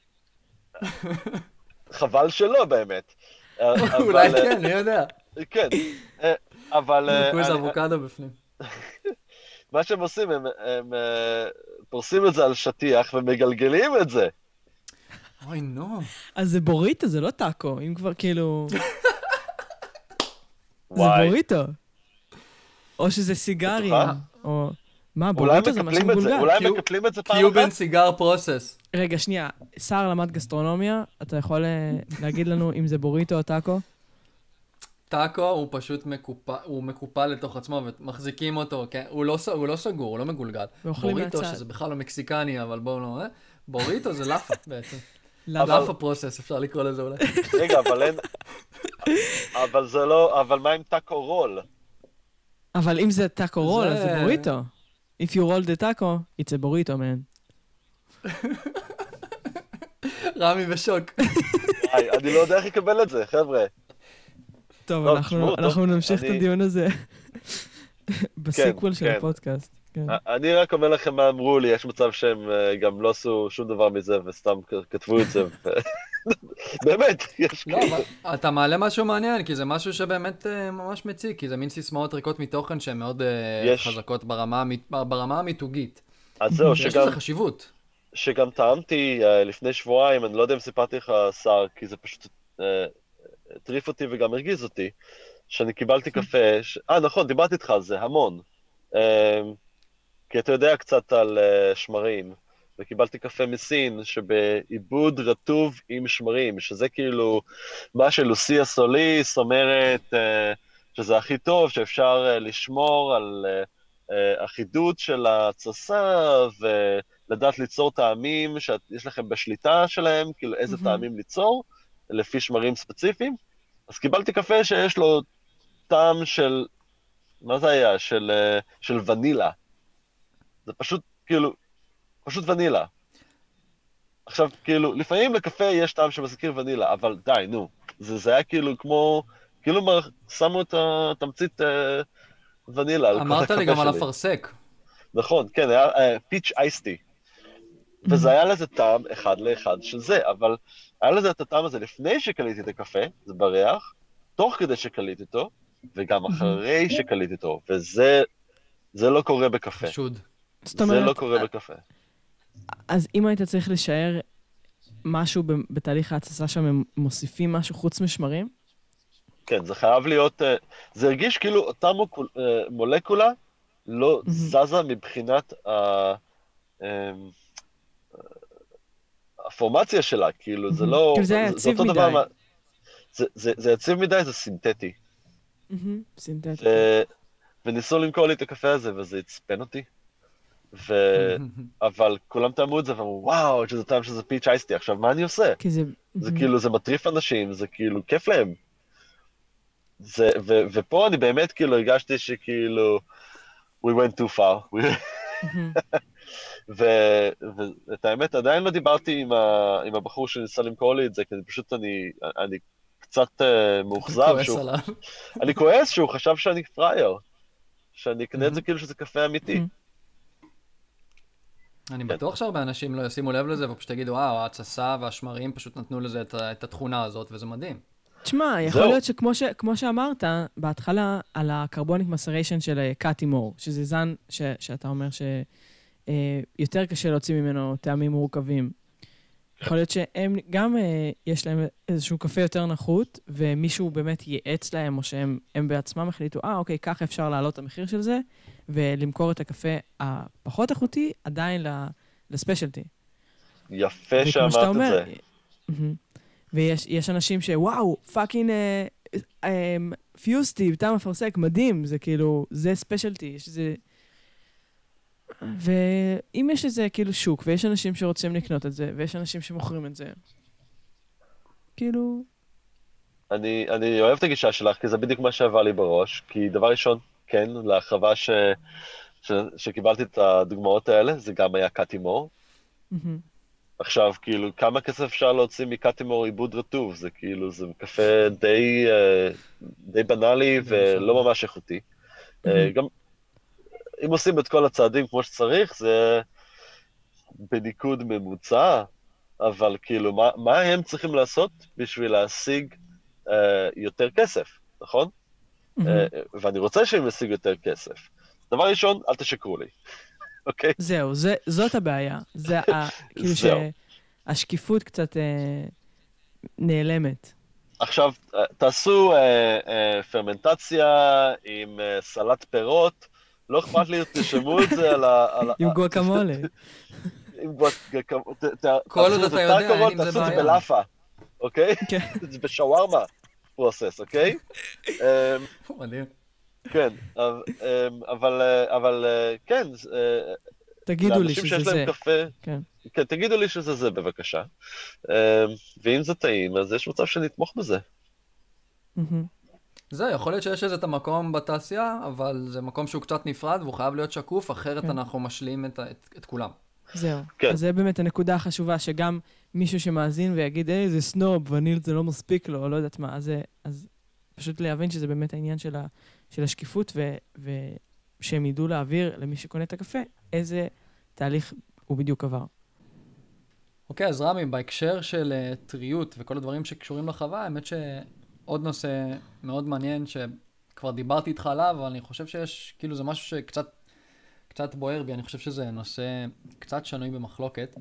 חבל שלא באמת. אולי כן, אני יודע. כן, אבל... קוויז אבוקדו בפנים. מה שהם עושים, הם, הם פורסים את זה על שטיח ומגלגלים את זה. אוי, נו. אז זה בוריטו, זה לא טאקו, אם כבר כאילו... זה וואי. בוריטו. או שזה סיגרים, או... מה, אולי בוריטו זה משהו מקפלים את זה, מבולגן. אולי מקפלים את זה פעם קיובן אחת? סיגר פרוסס. רגע, שנייה, שר למד גסטרונומיה, אתה יכול אה, להגיד לנו אם זה בוריטו או טאקו? טאקו הוא פשוט מקופל, הוא מקופל לתוך עצמו ומחזיקים אותו, כן? הוא לא, הוא לא סגור, הוא לא מגולגל. בוריטו, שזה בכלל לא מקסיקני, אבל בואו לא, אה? בוריטו זה לאפה בעצם. לאפה פרוסס, אפשר לקרוא לזה אולי. רגע, אבל אין... אבל זה לא... אבל מה עם טאקו רול? אבל אם זה טאקו רול, אז זה בוריטו. If you roll the taco, it's a burrito, man. רמי בשוק. אני לא יודע איך לקבל את זה, חבר'ה. טוב, אנחנו נמשיך את הדיון הזה בסיקוול של הפודקאסט. אני רק אומר לכם מה אמרו לי, יש מצב שהם גם לא עשו שום דבר מזה וסתם כתבו את זה. באמת, יש לא, אבל אתה מעלה משהו מעניין, כי זה משהו שבאמת ממש מציק, כי זה מין סיסמאות ריקות מתוכן שהן מאוד חזקות ברמה המיתוגית. אז זהו, שיש לזה חשיבות. שגם טעמתי לפני שבועיים, אני לא יודע אם סיפרתי לך, שר, כי זה פשוט טריף אותי וגם הרגיז אותי, שאני קיבלתי קפה, אה נכון, דיברתי איתך על זה המון, כי אתה יודע קצת על שמרים, וקיבלתי קפה מסין שבעיבוד רטוב עם שמרים, שזה כאילו מה שלוסיה סוליס אומרת שזה הכי טוב, שאפשר לשמור על אחידות של התססה, ולדעת ליצור טעמים שיש לכם בשליטה שלהם, כאילו איזה טעמים ליצור, לפי שמרים ספציפיים. אז קיבלתי קפה שיש לו טעם של, מה זה היה? של, של ונילה. זה פשוט, כאילו, פשוט ונילה. עכשיו, כאילו, לפעמים לקפה יש טעם שמזכיר ונילה, אבל די, נו. זה, זה היה כאילו כמו, כאילו מה, שמו את התמצית אה, ונילה. אמרת לי גם על הפרסק. נכון, כן, היה פיץ' אייסטי. וזה היה לזה טעם אחד לאחד של זה, אבל היה לזה את הטעם הזה לפני שקליתי את הקפה, זה בריח, תוך כדי שקליתי אותו, וגם אחרי שקליתי אותו, וזה זה לא קורה בקפה. חשוד. זה לא קורה בקפה. אז אם היית צריך לשער משהו בתהליך ההתססה שם, הם מוסיפים משהו חוץ משמרים? כן, זה חייב להיות, זה הרגיש כאילו אותה מולקולה לא זזה מבחינת ה... הפורמציה שלה, כאילו, זה לא... כאילו זה היה יציב מדי. זה יציב מדי, זה סינתטי. סינתטי. וניסו למכור לי את הקפה הזה, וזה הצפן אותי. אבל כולם טעמו את זה, ואמרו, וואו, שזה טעם שזה פיץ' אייסטי. עכשיו, מה אני עושה? זה כאילו, זה מטריף אנשים, זה כאילו, כיף להם. ופה אני באמת כאילו הרגשתי שכאילו, we went too far. ואת האמת, עדיין לא דיברתי עם הבחור שניסה למכור לי את זה, כי פשוט אני קצת מאוכזב. אני כועס שהוא חשב שאני פרייר, שאני אקנה את זה כאילו שזה קפה אמיתי. אני בטוח שהרבה אנשים לא ישימו לב לזה, ופשוט תגידו, וואו, ההתססה והשמרים פשוט נתנו לזה את התכונה הזאת, וזה מדהים. תשמע, יכול להיות שכמו שאמרת, בהתחלה, על הקרבוניק מסריישן של קאטימור, שזה זן שאתה אומר שיותר קשה להוציא ממנו טעמים מורכבים. יכול להיות שהם גם יש להם איזשהו קפה יותר נחות, ומישהו באמת ייעץ להם, או שהם בעצמם החליטו, אה, אוקיי, ככה אפשר להעלות את המחיר של זה, ולמכור את הקפה הפחות איכותי, עדיין לספיישלטי. יפה שאמרת את זה. ויש אנשים שוואו, פאקינג פיוסטי, טעם אפרסק, מדהים, זה כאילו, זה ספיישלטי, יש איזה... ואם יש איזה כאילו שוק, ויש אנשים שרוצים לקנות את זה, ויש אנשים שמוכרים את זה, כאילו... אני, אני אוהב את הגישה שלך, כי זה בדיוק מה שעבר לי בראש, כי דבר ראשון, כן, להרחבה ש... ש... שקיבלתי את הדוגמאות האלה, זה גם היה קאטימור. עכשיו, כאילו, כמה כסף אפשר להוציא מקאטימור עיבוד רטוב? זה כאילו, זה קפה די, די בנאלי ולא ממש איכותי. גם אם עושים את כל הצעדים כמו שצריך, זה בניקוד ממוצע, אבל כאילו, מה, מה הם צריכים לעשות בשביל להשיג uh, יותר כסף, נכון? Mm-hmm. Uh, ואני רוצה שהם ישיגו יותר כסף. דבר ראשון, אל תשקרו לי, אוקיי? זהו, זה, זאת הבעיה. זה ה, כאילו שהשקיפות קצת uh, נעלמת. עכשיו, תעשו uh, uh, פרמנטציה עם uh, סלט פירות, לא אכפת לי, תשמו את זה על ה... עם גואקמולה. עם גואקמולה. כל עוד אתה יודע, אין עם זה בעיה. תעשו את זה בלאפה, אוקיי? זה בשווארמה פרוסס, אוקיי? מדהים. כן, אבל כן. תגידו לי שזה זה. כן, תגידו לי שזה זה, בבקשה. ואם זה טעים, אז יש מצב שנתמוך בזה. זה, יכול להיות שיש איזה את המקום בתעשייה, אבל זה מקום שהוא קצת נפרד, והוא חייב להיות שקוף, אחרת כן. אנחנו משלים את, את, את כולם. זהו. כן. אז זה באמת הנקודה החשובה, שגם מישהו שמאזין ויגיד, היי, זה סנוב, וניל זה לא מספיק לו, או לא יודעת מה, אז, אז פשוט להבין שזה באמת העניין של, ה, של השקיפות, ו, ושהם ידעו להעביר למי שקונה את הקפה, איזה תהליך הוא בדיוק עבר. אוקיי, אז רמי, בהקשר של uh, טריות וכל הדברים שקשורים לחווה, האמת ש... עוד נושא מאוד מעניין שכבר דיברתי איתך עליו, אבל אני חושב שיש, כאילו זה משהו שקצת קצת בוער בי, אני חושב שזה נושא קצת שנוי במחלוקת.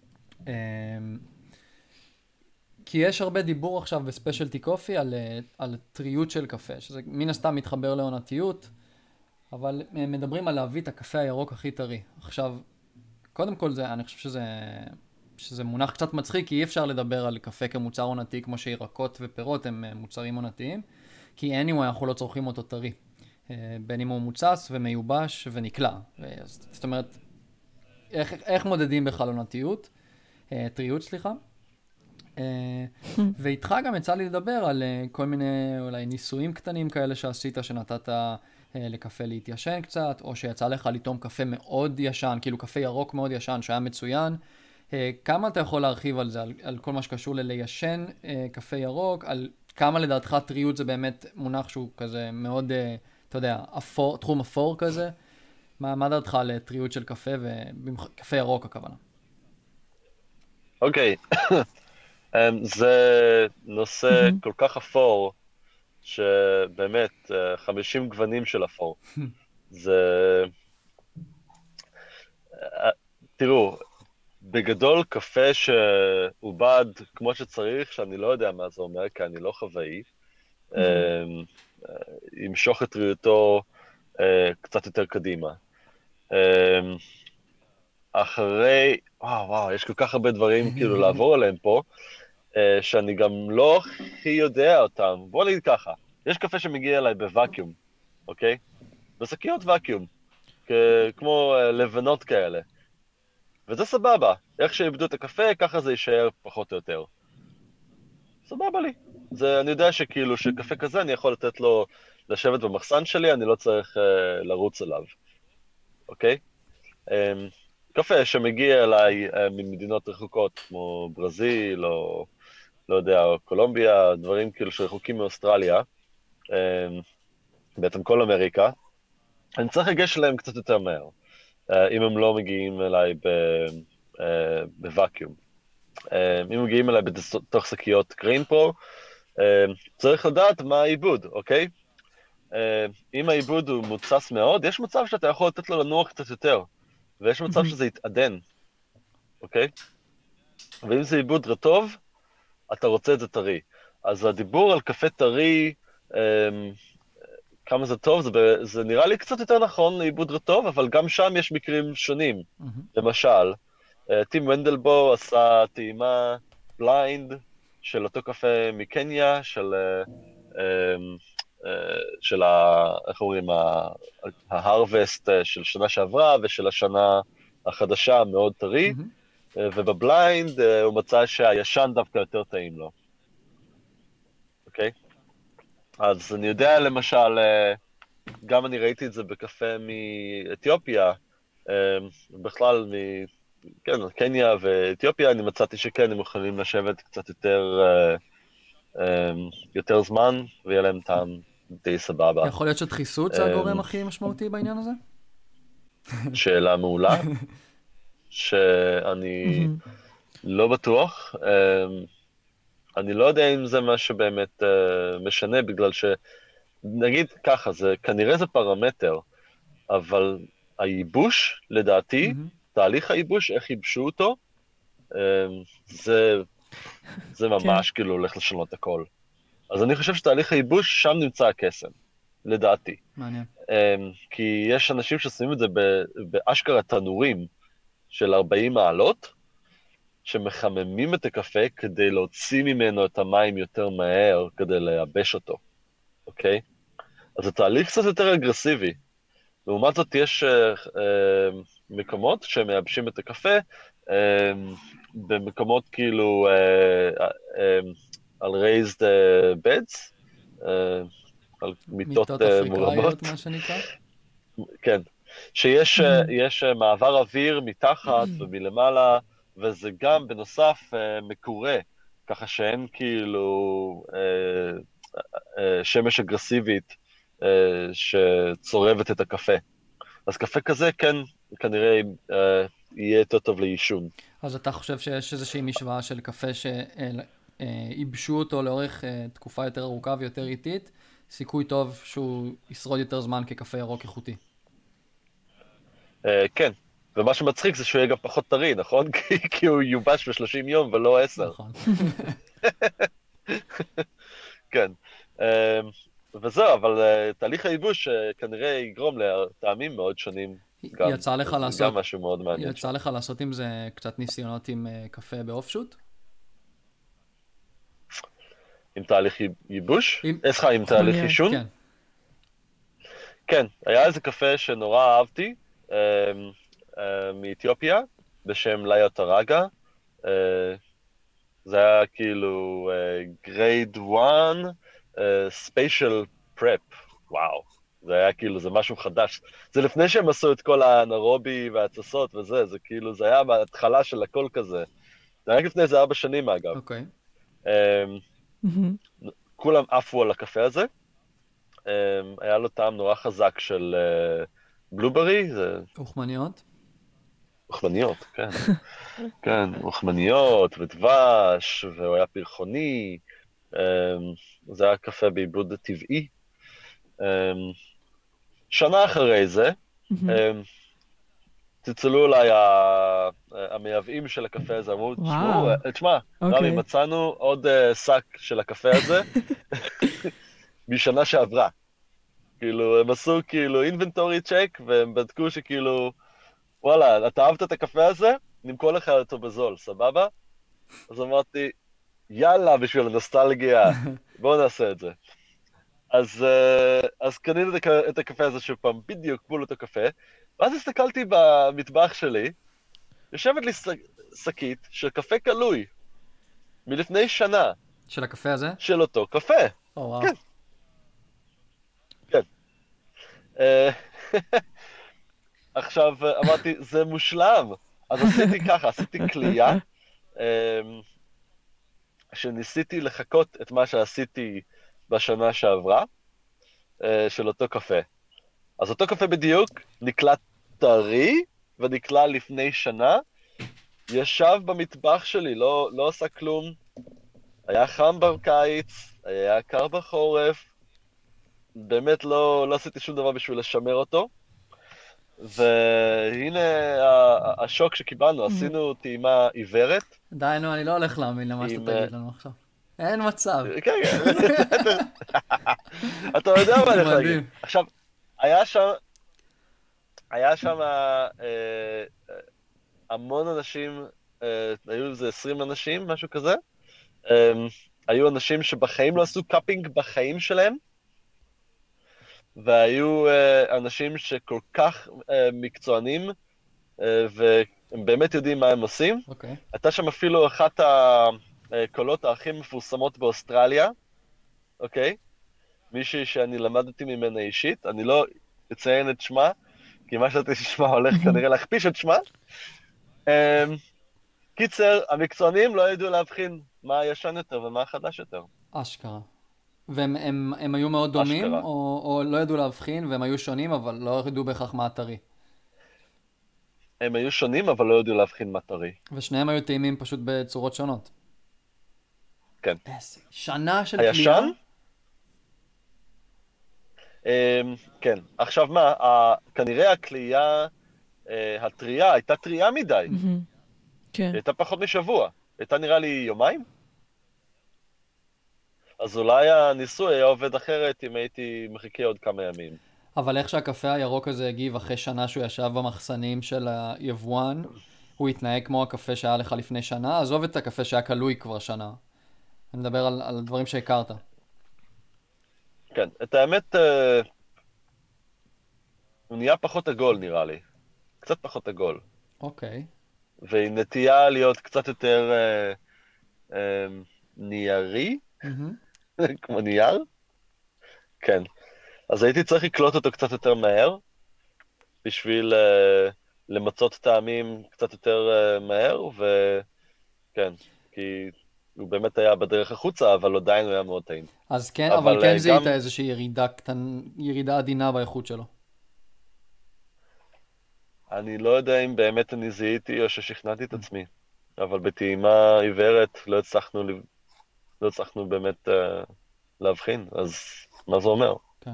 כי יש הרבה דיבור עכשיו בספיישלטי קופי על, על טריות של קפה, שזה מן הסתם מתחבר לעונתיות, אבל מדברים על להביא את הקפה הירוק הכי טרי. עכשיו, קודם כל זה, אני חושב שזה... שזה מונח קצת מצחיק, כי אי אפשר לדבר על קפה כמוצר עונתי, כמו שירקות ופירות הם מוצרים עונתיים, כי anyway אנחנו לא צורכים אותו טרי. בין אם הוא מוצס ומיובש ונקלע. זאת אומרת, איך, איך מודדים בכלל עונתיות? טריות, סליחה. ואיתך גם יצא לי לדבר על כל מיני אולי ניסויים קטנים כאלה שעשית, שנתת לקפה להתיישן קצת, או שיצא לך לטעום קפה מאוד ישן, כאילו קפה ירוק מאוד ישן שהיה מצוין. כמה אתה יכול להרחיב על זה, על, על כל מה שקשור לליישן קפה ירוק, על כמה לדעתך טריות זה באמת מונח שהוא כזה מאוד, אתה יודע, אפור, תחום אפור כזה? מה, מה דעתך על טריות של קפה, וקפה ירוק הכוונה? אוקיי, okay. זה נושא mm-hmm. כל כך אפור, שבאמת חמישים גוונים של אפור. זה... תראו, בגדול קפה שעובד כמו שצריך, שאני לא יודע מה זה אומר, כי אני לא חוואי, mm-hmm. ימשוך את טריותו קצת יותר קדימה. אחרי, וואו, וואו, יש כל כך הרבה דברים כאילו לעבור עליהם פה, שאני גם לא הכי יודע אותם. בוא נגיד ככה, יש קפה שמגיע אליי בוואקיום, אוקיי? בשקיות ואקיום, כמו לבנות כאלה. וזה סבבה, איך שאיבדו את הקפה, ככה זה יישאר פחות או יותר. סבבה לי. זה, אני יודע שכאילו שקפה כזה אני יכול לתת לו לשבת במחסן שלי, אני לא צריך uh, לרוץ עליו, אוקיי? Um, קפה שמגיע אליי uh, ממדינות רחוקות, כמו ברזיל, או לא יודע, או קולומביה, דברים כאילו שרחוקים מאוסטרליה, um, בעצם כל אמריקה, אני צריך לגש אליהם קצת יותר מהר, uh, אם הם לא מגיעים אליי ב- uh, בוואקיום. Uh, אם מגיעים אליי בתוך שקיות גרין פרו, uh, צריך לדעת מה העיבוד, אוקיי? Uh, אם העיבוד הוא מוצס מאוד, יש מצב שאתה יכול לתת לו לנוח קצת יותר, ויש מצב שזה יתעדן, אוקיי? ואם זה עיבוד רטוב, אתה רוצה את זה טרי. אז הדיבור על קפה טרי, um, כמה זה טוב, זה, זה נראה לי קצת יותר נכון לעיבוד רטוב, אבל גם שם יש מקרים שונים. Mm-hmm. למשל, uh, טים ונדלבו עשה טעימה בליינד של אותו קפה מקניה, של, uh, um, uh, של ה, איך אומרים, ההרווסט של שנה שעברה ושל השנה החדשה מאוד טרי, mm-hmm. uh, ובבליינד uh, הוא מצא שהישן דווקא יותר טעים לו. אוקיי? Okay? אז אני יודע, למשל, גם אני ראיתי את זה בקפה מאתיופיה, בכלל, מ... כן, קניה ואתיופיה, אני מצאתי שכן, הם יכולים לשבת קצת יותר, יותר זמן, ויהיה להם טעם די סבבה. יכול להיות שדחיסות זה הגורם הכי משמעותי בעניין הזה? שאלה מעולה, שאני לא בטוח. אני לא יודע אם זה מה שבאמת uh, משנה, בגלל ש... נגיד ככה, זה, כנראה זה פרמטר, אבל הייבוש, לדעתי, mm-hmm. תהליך הייבוש, איך ייבשו אותו, um, זה, זה ממש כאילו הולך לשנות הכל. אז אני חושב שתהליך הייבוש, שם נמצא הקסם, לדעתי. מעניין. Um, כי יש אנשים ששמים את זה באשכרה תנורים של ארבעים מעלות, שמחממים את הקפה כדי להוציא ממנו את המים יותר מהר, כדי לייבש אותו, אוקיי? אז זה תהליך קצת יותר אגרסיבי. לעומת זאת, יש אה, אה, מקומות שמייבשים את הקפה, אה, במקומות כאילו אה, אה, על raised beds, אה, על מיטות, מיטות אה, אפריקאיות, מורמות. מה שנקרא? כן. שיש יש מעבר אוויר מתחת ומלמעלה, וזה גם בנוסף מקורה, ככה שאין כאילו אה, אה, שמש אגרסיבית אה, שצורבת את הקפה. אז קפה כזה כן כנראה אה, יהיה יותר טוב ליישון. אז אתה חושב שיש איזושהי משוואה של קפה שאיבשו אותו לאורך אה, תקופה יותר ארוכה ויותר איטית, סיכוי טוב שהוא ישרוד יותר זמן כקפה ירוק איכותי? אה, כן. ומה שמצחיק זה שהוא יהיה גם פחות טרי, נכון? כי, כי הוא יובש ב-שלושים יום ולא עשר. נכון. כן. וזהו, אבל תהליך הייבוש כנראה יגרום לטעמים מאוד שונים. גם, יצא לך לעשות... זה גם משהו מאוד מעניין. יצא לך לעשות עם זה קצת ניסיונות עם קפה באופשוט? עם תהליך ייבוש? עם... איך עם תהליך יישון? כן. כן, היה איזה קפה שנורא אהבתי. מאתיופיה, בשם ליוט הרגה. זה היה כאילו גרייד אחת, ספיישל פרפ. וואו, זה היה כאילו, זה משהו חדש. זה לפני שהם עשו את כל האנרובי והצסות וזה, זה כאילו, זה היה בהתחלה של הכל כזה. זה היה לפני איזה ארבע שנים אגב. אוקיי. כולם עפו על הקפה הזה. היה לו טעם נורא חזק של בלוברי. אוכמניות? אוכמניות, כן. כן, אוכמניות ודבש, והוא היה פרחוני. זה היה קפה בעיבוד טבעי. שנה אחרי זה, צלצלו אליי המייבאים של הקפה הזה, אמרו, תשמע, רמי, מצאנו עוד שק של הקפה הזה משנה שעברה. כאילו, הם עשו כאילו inventory check, והם בדקו שכאילו, וואלה, אתה אהבת את הקפה הזה? נמכור לך אותו בזול, סבבה? אז אמרתי, יאללה, בשביל הנוסטלגיה, בואו נעשה את זה. אז, אז קנינו את הקפה הזה שוב פעם, בדיוק מול אותו קפה, ואז הסתכלתי במטבח שלי, יושבת לי שקית של קפה קלוי, מלפני שנה. של הקפה הזה? של אותו קפה. או, וואו. כן. כן. עכשיו אמרתי, זה מושלם. אז עשיתי ככה, עשיתי קלייה, שניסיתי לחכות את מה שעשיתי בשנה שעברה, של אותו קפה. אז אותו קפה בדיוק נקלע טרי, ונקלע לפני שנה, ישב במטבח שלי, לא, לא עשה כלום, היה חם בקיץ, היה קר בחורף, באמת לא, לא עשיתי שום דבר בשביל לשמר אותו, והנה השוק שקיבלנו, עשינו טעימה עיוורת. די, נו, אני לא הולך להאמין למה שאתה תגיד לנו עכשיו. אין מצב. כן, כן. אתה יודע מה אני יכול להגיד. עכשיו, היה שם, היה שם המון אנשים, היו איזה עשרים אנשים, משהו כזה. היו אנשים שבחיים לא עשו קאפינג בחיים שלהם, והיו אנשים שכל כך מקצוענים, והם באמת יודעים מה הם עושים. אוקיי. הייתה שם אפילו אחת הקולות הכי מפורסמות באוסטרליה, אוקיי? מישהי שאני למדתי ממנה אישית, אני לא אציין את שמה, כי מה שאתה תשמע הולך כנראה להכפיש את שמה. קיצר, המקצוענים לא ידעו להבחין מה הישן יותר ומה החדש יותר. אשכרה. והם הם, הם היו מאוד דומים, או, או לא ידעו להבחין, והם היו שונים, אבל לא ידעו בהכרח מה הטרי. הם היו שונים, אבל לא ידעו להבחין מה טרי. ושניהם היו טעימים פשוט בצורות שונות. כן. שנה של קלייה? הישן? כן. עכשיו מה, כנראה הקלייה, הטריה, הייתה טריה מדי. כן. היא הייתה פחות משבוע. הייתה נראה לי יומיים? אז אולי הניסוי היה עובד אחרת אם הייתי מחכה עוד כמה ימים. אבל איך שהקפה הירוק הזה הגיב אחרי שנה שהוא ישב במחסנים של היבואן, הוא התנהג כמו הקפה שהיה לך לפני שנה? עזוב את הקפה שהיה קלוי כבר שנה. אני מדבר על, על דברים שהכרת. כן, את האמת, הוא נהיה פחות עגול נראה לי. קצת פחות עגול. אוקיי. והיא נטייה להיות קצת יותר אה, אה, ניירי, mm-hmm. כמו נייר. כן. אז הייתי צריך לקלוט אותו קצת יותר מהר, בשביל uh, למצות טעמים קצת יותר uh, מהר, וכן, כי הוא באמת היה בדרך החוצה, אבל עדיין הוא היה מאוד טעים. אז כן, אבל, אבל כן זיהית גם... איזושהי ירידה קטן, ירידה עדינה באיכות שלו. אני לא יודע אם באמת אני זיהיתי או ששכנעתי את עצמי, אבל בטעימה עיוורת לא הצלחנו, לא הצלחנו באמת uh, להבחין, אז מה זה אומר?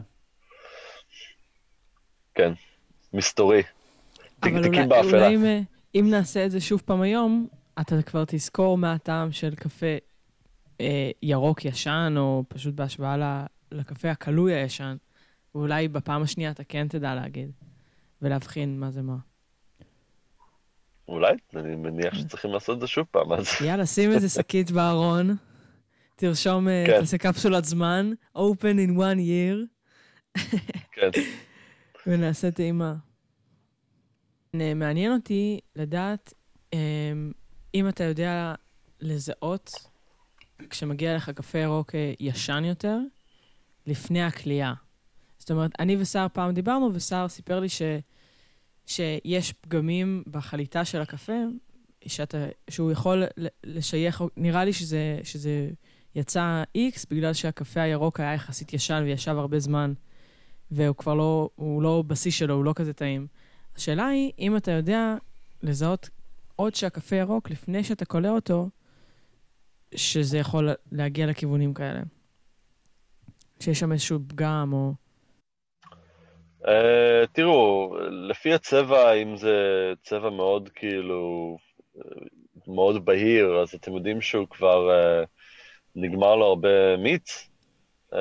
כן, מסתורי. אבל תיקים אולי, באפלה. אולי אם, אם נעשה את זה שוב פעם היום, אתה כבר תזכור מה הטעם של קפה אה, ירוק ישן, או פשוט בהשוואה לקפה הקלוי הישן, ואולי בפעם השנייה אתה כן תדע להגיד, ולהבחין מה זה מה. אולי, אני מניח שצריכים לעשות את זה שוב פעם, אז... יאללה, שים איזה שקית בארון, תרשום, כן. תעשה קפסולת זמן, open in one year. כן. ונעשה טעימה. מעניין אותי לדעת אם אתה יודע לזהות כשמגיע לך קפה ירוק ישן יותר, לפני הקלייה. זאת אומרת, אני ושר פעם דיברנו, ושר סיפר לי ש, שיש פגמים בחליטה של הקפה, שאתה, שהוא יכול לשייך, נראה לי שזה, שזה יצא X, בגלל שהקפה הירוק היה יחסית ישן וישב הרבה זמן, והוא כבר לא, הוא לא בשיא שלו, הוא לא כזה טעים. השאלה היא, אם אתה יודע לזהות עוד שהקפה ירוק, לפני שאתה קולה אותו, שזה יכול להגיע לכיוונים כאלה. שיש שם איזשהו פגם או... Uh, תראו, לפי הצבע, אם זה צבע מאוד כאילו, מאוד בהיר, אז אתם יודעים שהוא כבר uh, נגמר לו הרבה מיץ. Um,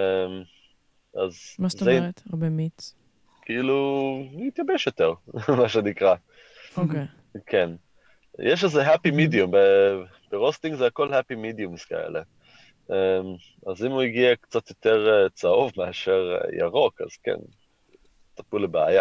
מה זאת אומרת? הרבה מיץ. כאילו, הוא יתייבש יותר, מה שנקרא. אוקיי. כן. יש איזה happy medium, ברוסטינג זה הכל happy mediums כאלה. אז אם הוא הגיע קצת יותר צהוב מאשר ירוק, אז כן, תפו לבעיה.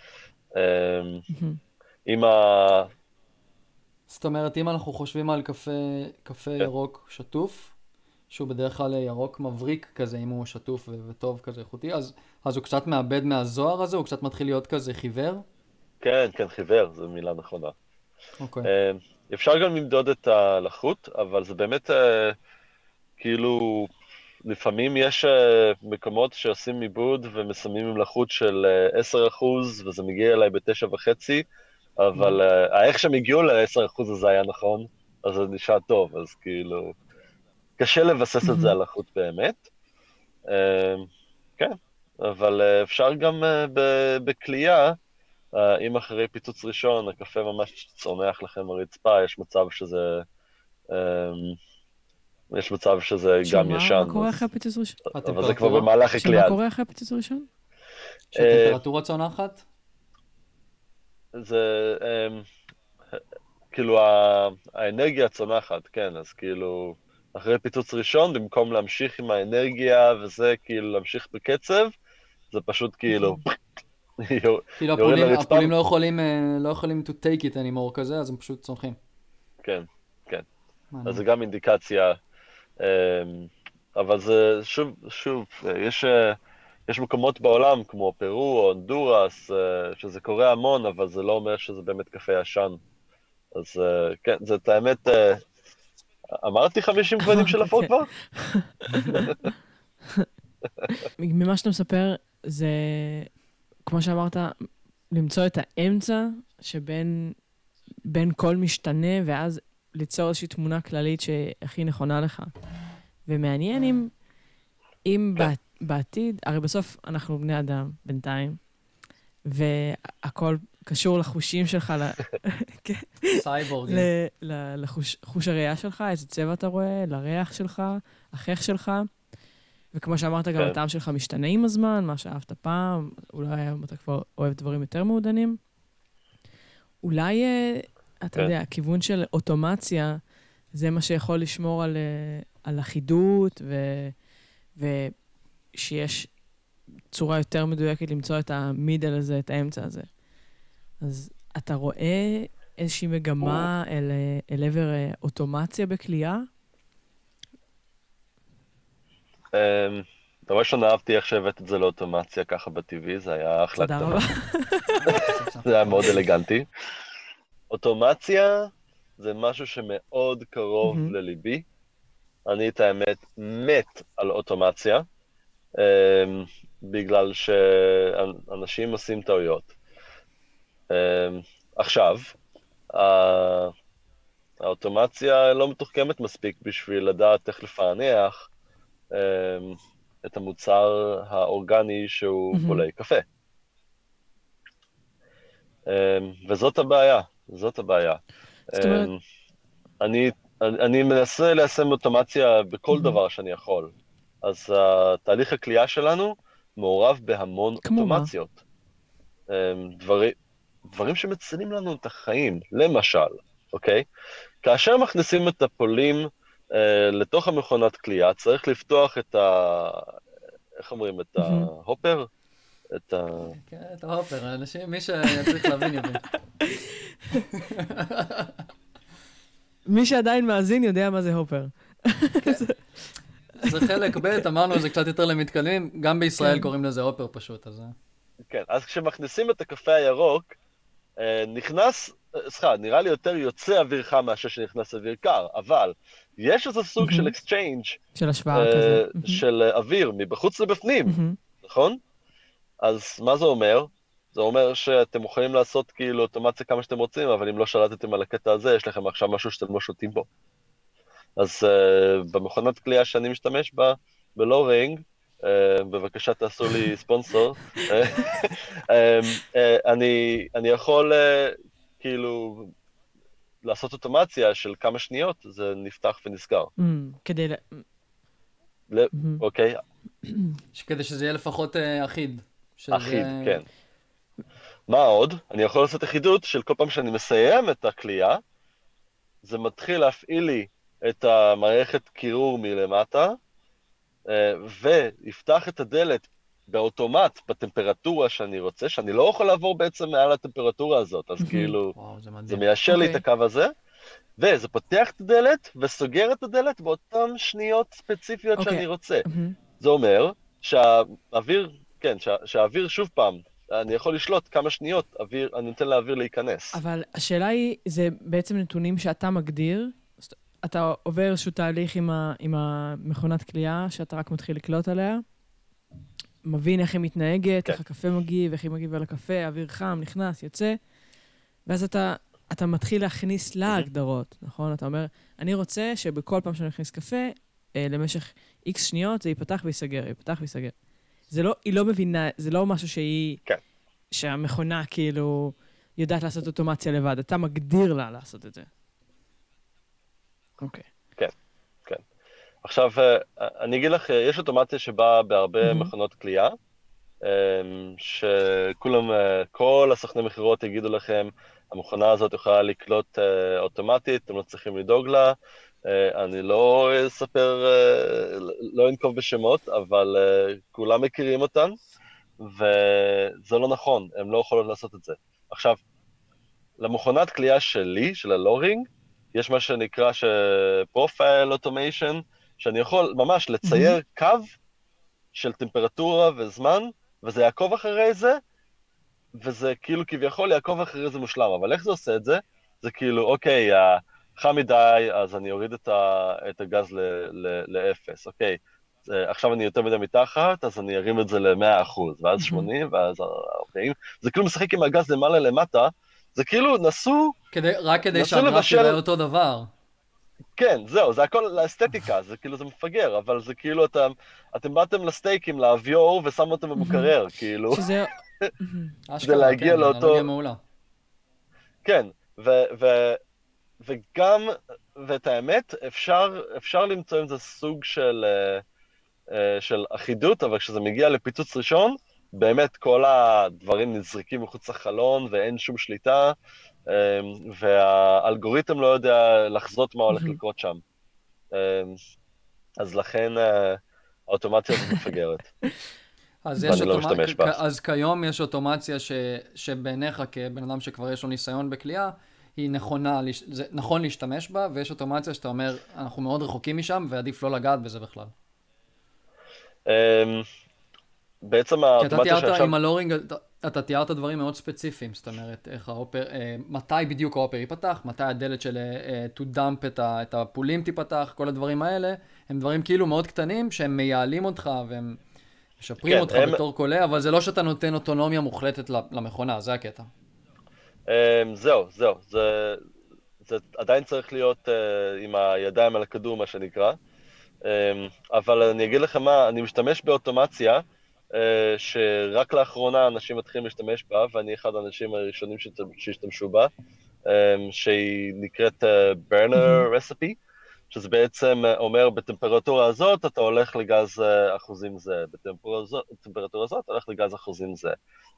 עם ה... זאת אומרת, אם אנחנו חושבים על קפה, קפה ירוק שטוף, שהוא בדרך כלל ירוק מבריק כזה, אם הוא שטוף וטוב כזה איכותי, אז, אז הוא קצת מאבד מהזוהר הזה, הוא קצת מתחיל להיות כזה חיוור? כן, כן, חיוור, זו מילה נכונה. אוקיי. אפשר גם למדוד את הלחות, אבל זה באמת כאילו, לפעמים יש מקומות שעושים עיבוד ומסיימים עם לחות של עשרה אחוז, וזה מגיע אליי בתשע וחצי, אבל איך שהם הגיעו ל-עשרה אחוז הזה היה נכון, אז זה נשאר טוב, אז כאילו, קשה לבסס את זה על לחות באמת. כן, אבל אפשר גם בקלייה, אם אחרי פיצוץ ראשון, הקפה ממש צונח לכם הרצפה, יש מצב שזה... יש מצב שזה גם ישן. שמה, מה קורה אחרי הפיצוץ ראשון? אבל זה כבר במהלך הקלייה. שמה קורה אחרי הפיצוץ ראשון? שהטמפרטורה צונחת? זה, כאילו, האנרגיה צונחת, כן, אז כאילו, אחרי פיצוץ ראשון, במקום להמשיך עם האנרגיה וזה, כאילו, להמשיך בקצב, זה פשוט כאילו, כאילו, הפולים לא יכולים to take it anymore כזה, אז הם פשוט צונחים. כן, כן. אז זה גם אינדיקציה, אבל זה שוב, שוב, יש, יש מקומות בעולם כמו פרו או הונדורס, שזה קורה המון, אבל זה לא אומר שזה באמת קפה ישן. אז כן, זאת האמת, אמרתי חמישים גוונים של אפור כבר? ממה שאתה מספר, זה, כמו שאמרת, למצוא את האמצע שבין בין כל משתנה, ואז ליצור איזושהי תמונה כללית שהכי נכונה לך. ומעניין אם, אם בעתיד, הרי בסוף אנחנו בני אדם, בינתיים, והכל קשור לחושים שלך, סייבורג. לחוש הראייה שלך, איזה צבע אתה רואה, לריח שלך, החייך שלך, וכמו שאמרת, גם הטעם שלך משתנה עם הזמן, מה שאהבת פעם, אולי היום אתה כבר אוהב דברים יותר מעודנים. אולי, אתה יודע, הכיוון של אוטומציה, זה מה שיכול לשמור על, על אחידות, ו, ושיש צורה יותר מדויקת למצוא את המידל הזה, את האמצע הזה. אז אתה רואה איזושהי מגמה אל, אל עבר אוטומציה בקלייה? דבר ראשון, אהבתי איך שהבאת את זה לאוטומציה ככה בטבעי, זה היה אחלה. תודה רבה. זה היה מאוד אלגנטי. אוטומציה זה משהו שמאוד קרוב לליבי. אני את האמת מת על אוטומציה, בגלל שאנשים עושים טעויות. עכשיו, האוטומציה לא מתוחכמת מספיק בשביל לדעת איך לפענח את המוצר האורגני שהוא פולי קפה. וזאת הבעיה, זאת הבעיה. אני, אני מנסה ליישם אוטומציה בכל דבר שאני יכול. אז התהליך הקלייה שלנו מעורב בהמון אוטומציות. דברים, דברים שמצילים לנו את החיים, למשל, אוקיי? כאשר מכניסים את הפולים לתוך המכונת קלייה, צריך לפתוח את ה... איך אומרים? את ההופר? את ה... כן, את ההופר. אנשים, מי שצריך להבין יבין. מי שעדיין מאזין יודע מה זה הופר. זה חלק ב', אמרנו, זה קצת יותר למתקדמים, גם בישראל קוראים לזה הופר פשוט, אז... כן, אז כשמכניסים את הקפה הירוק, נכנס, סליחה, נראה לי יותר יוצא אוויר חם מאשר שנכנס אוויר קר, אבל יש איזה סוג של אקסצ'יינג' של השוואה כזה. של אוויר מבחוץ לבפנים, נכון? אז מה זה אומר? זה אומר שאתם יכולים לעשות כאילו אוטומציה כמה שאתם רוצים, אבל אם לא שלטתם על הקטע הזה, יש לכם עכשיו משהו שאתם לא שותים בו. אז במכונת קלייה שאני משתמש בה, בלורינג, בבקשה תעשו לי ספונסור, אני, אני יכול כאילו לעשות אוטומציה של כמה שניות, זה נפתח ונסגר. כדי ל... אוקיי. כדי שזה יהיה לפחות אחיד. אחיד, כן. מה עוד? אני יכול לעשות אחידות של כל פעם שאני מסיים את הקליעה, זה מתחיל להפעיל לי את המערכת קירור מלמטה, ויפתח את הדלת באוטומט בטמפרטורה שאני רוצה, שאני לא יכול לעבור בעצם מעל הטמפרטורה הזאת, אז כאילו, וואו, זה מדהים. זה מיישר לי את הקו הזה, וזה פותח את הדלת וסוגר את הדלת באותן שניות ספציפיות שאני רוצה. זה אומר שהאוויר, כן, שהאוויר שוב פעם, אני יכול לשלוט כמה שניות, אוויר, אני נותן לאוויר להיכנס. אבל השאלה היא, זה בעצם נתונים שאתה מגדיר, אתה עובר איזשהו תהליך עם, ה, עם המכונת קליעה, שאתה רק מתחיל לקלוט עליה, מבין איך היא מתנהגת, כן. איך הקפה מגיב, איך היא מגיבה לקפה, אוויר חם, נכנס, יוצא, ואז אתה, אתה מתחיל להכניס לה הגדרות, נכון? אתה אומר, אני רוצה שבכל פעם שאני אכניס קפה, אה, למשך איקס שניות, זה ייפתח ויסגר, ייפתח ויסגר. זה לא, היא לא מבינה, זה לא משהו שהיא, כן. שהמכונה כאילו יודעת לעשות אוטומציה לבד, אתה מגדיר לה לעשות את זה. אוקיי. כן, כן. עכשיו, אני אגיד לך, יש אוטומציה שבאה בהרבה מכונות קליעה, שכולם, כל הסוכני מחירות יגידו לכם, המכונה הזאת יכולה לקלוט אוטומטית, אתם לא צריכים לדאוג לה, אני לא אספר, לא אנקוב בשמות, אבל כולם מכירים אותן, וזה לא נכון, הם לא יכולות לעשות את זה. עכשיו, למכונת קליעה שלי, של הלורינג, יש מה שנקרא פרופיל אוטומיישן, שאני יכול ממש לצייר mm-hmm. קו של טמפרטורה וזמן, וזה יעקוב אחרי זה, וזה כאילו כביכול יעקוב אחרי זה מושלם. אבל איך זה עושה את זה? זה כאילו, אוקיי, חם מדי, אז אני אוריד את, ה, את הגז ל-אפס, אוקיי. עכשיו אני יותר מדי מתחת, אז אני ארים את זה ל-מאה אחוז, ואז שמונים, ואז ארבעים. זה כאילו משחק עם הגז למעלה למטה, זה כאילו נסו... כדי, רק כדי שהגרף יראה אותו דבר. כן, זהו, זה הכל לאסתטיקה, זה כאילו, זה מפגר, אבל זה כאילו, אתם, אתם באתם לסטייקים לאביור ושמו אותם במקרר, כאילו. שזה... זה להגיע לאותו... כן, ו... ו... וגם, ואת האמת, אפשר, אפשר למצוא עם זה סוג של, של אחידות, אבל כשזה מגיע לפיצוץ ראשון, באמת כל הדברים נזרקים מחוץ לחלון ואין שום שליטה, והאלגוריתם לא יודע לחזות מה הולך לקרות שם. אז לכן האוטומציה הזאת מפגרת. אז, יש לא אוטומ... אז כיום יש אוטומציה ש... שבעיניך כבן אדם שכבר יש לו ניסיון בקליעה, היא נכונה, זה נכון להשתמש בה, ויש אוטומציה שאתה אומר, אנחנו מאוד רחוקים משם, ועדיף לא לגעת בזה בכלל. בעצם האוטומציה שעכשיו... כי אתה תיארת עם הלורינג, אתה תיארת דברים מאוד ספציפיים, זאת אומרת, איך האופר, מתי בדיוק האופר ייפתח, מתי הדלת של to dump את הפולים תיפתח, כל הדברים האלה, הם דברים כאילו מאוד קטנים, שהם מייעלים אותך, והם משפרים אותך בתור קולה, אבל זה לא שאתה נותן אוטונומיה מוחלטת למכונה, זה הקטע. זהו, זהו, זה, זה עדיין צריך להיות uh, עם הידיים על הכדור, מה שנקרא, um, אבל אני אגיד לכם מה, אני משתמש באוטומציה, uh, שרק לאחרונה אנשים מתחילים להשתמש בה, ואני אחד האנשים הראשונים שהשתמשו בה, um, שהיא נקראת uh, burner recipe, שזה בעצם אומר, בטמפרטורה הזאת אתה הולך לגז uh, אחוזים זה, בטמפרטורה הזאת אתה הולך לגז אחוזים זה.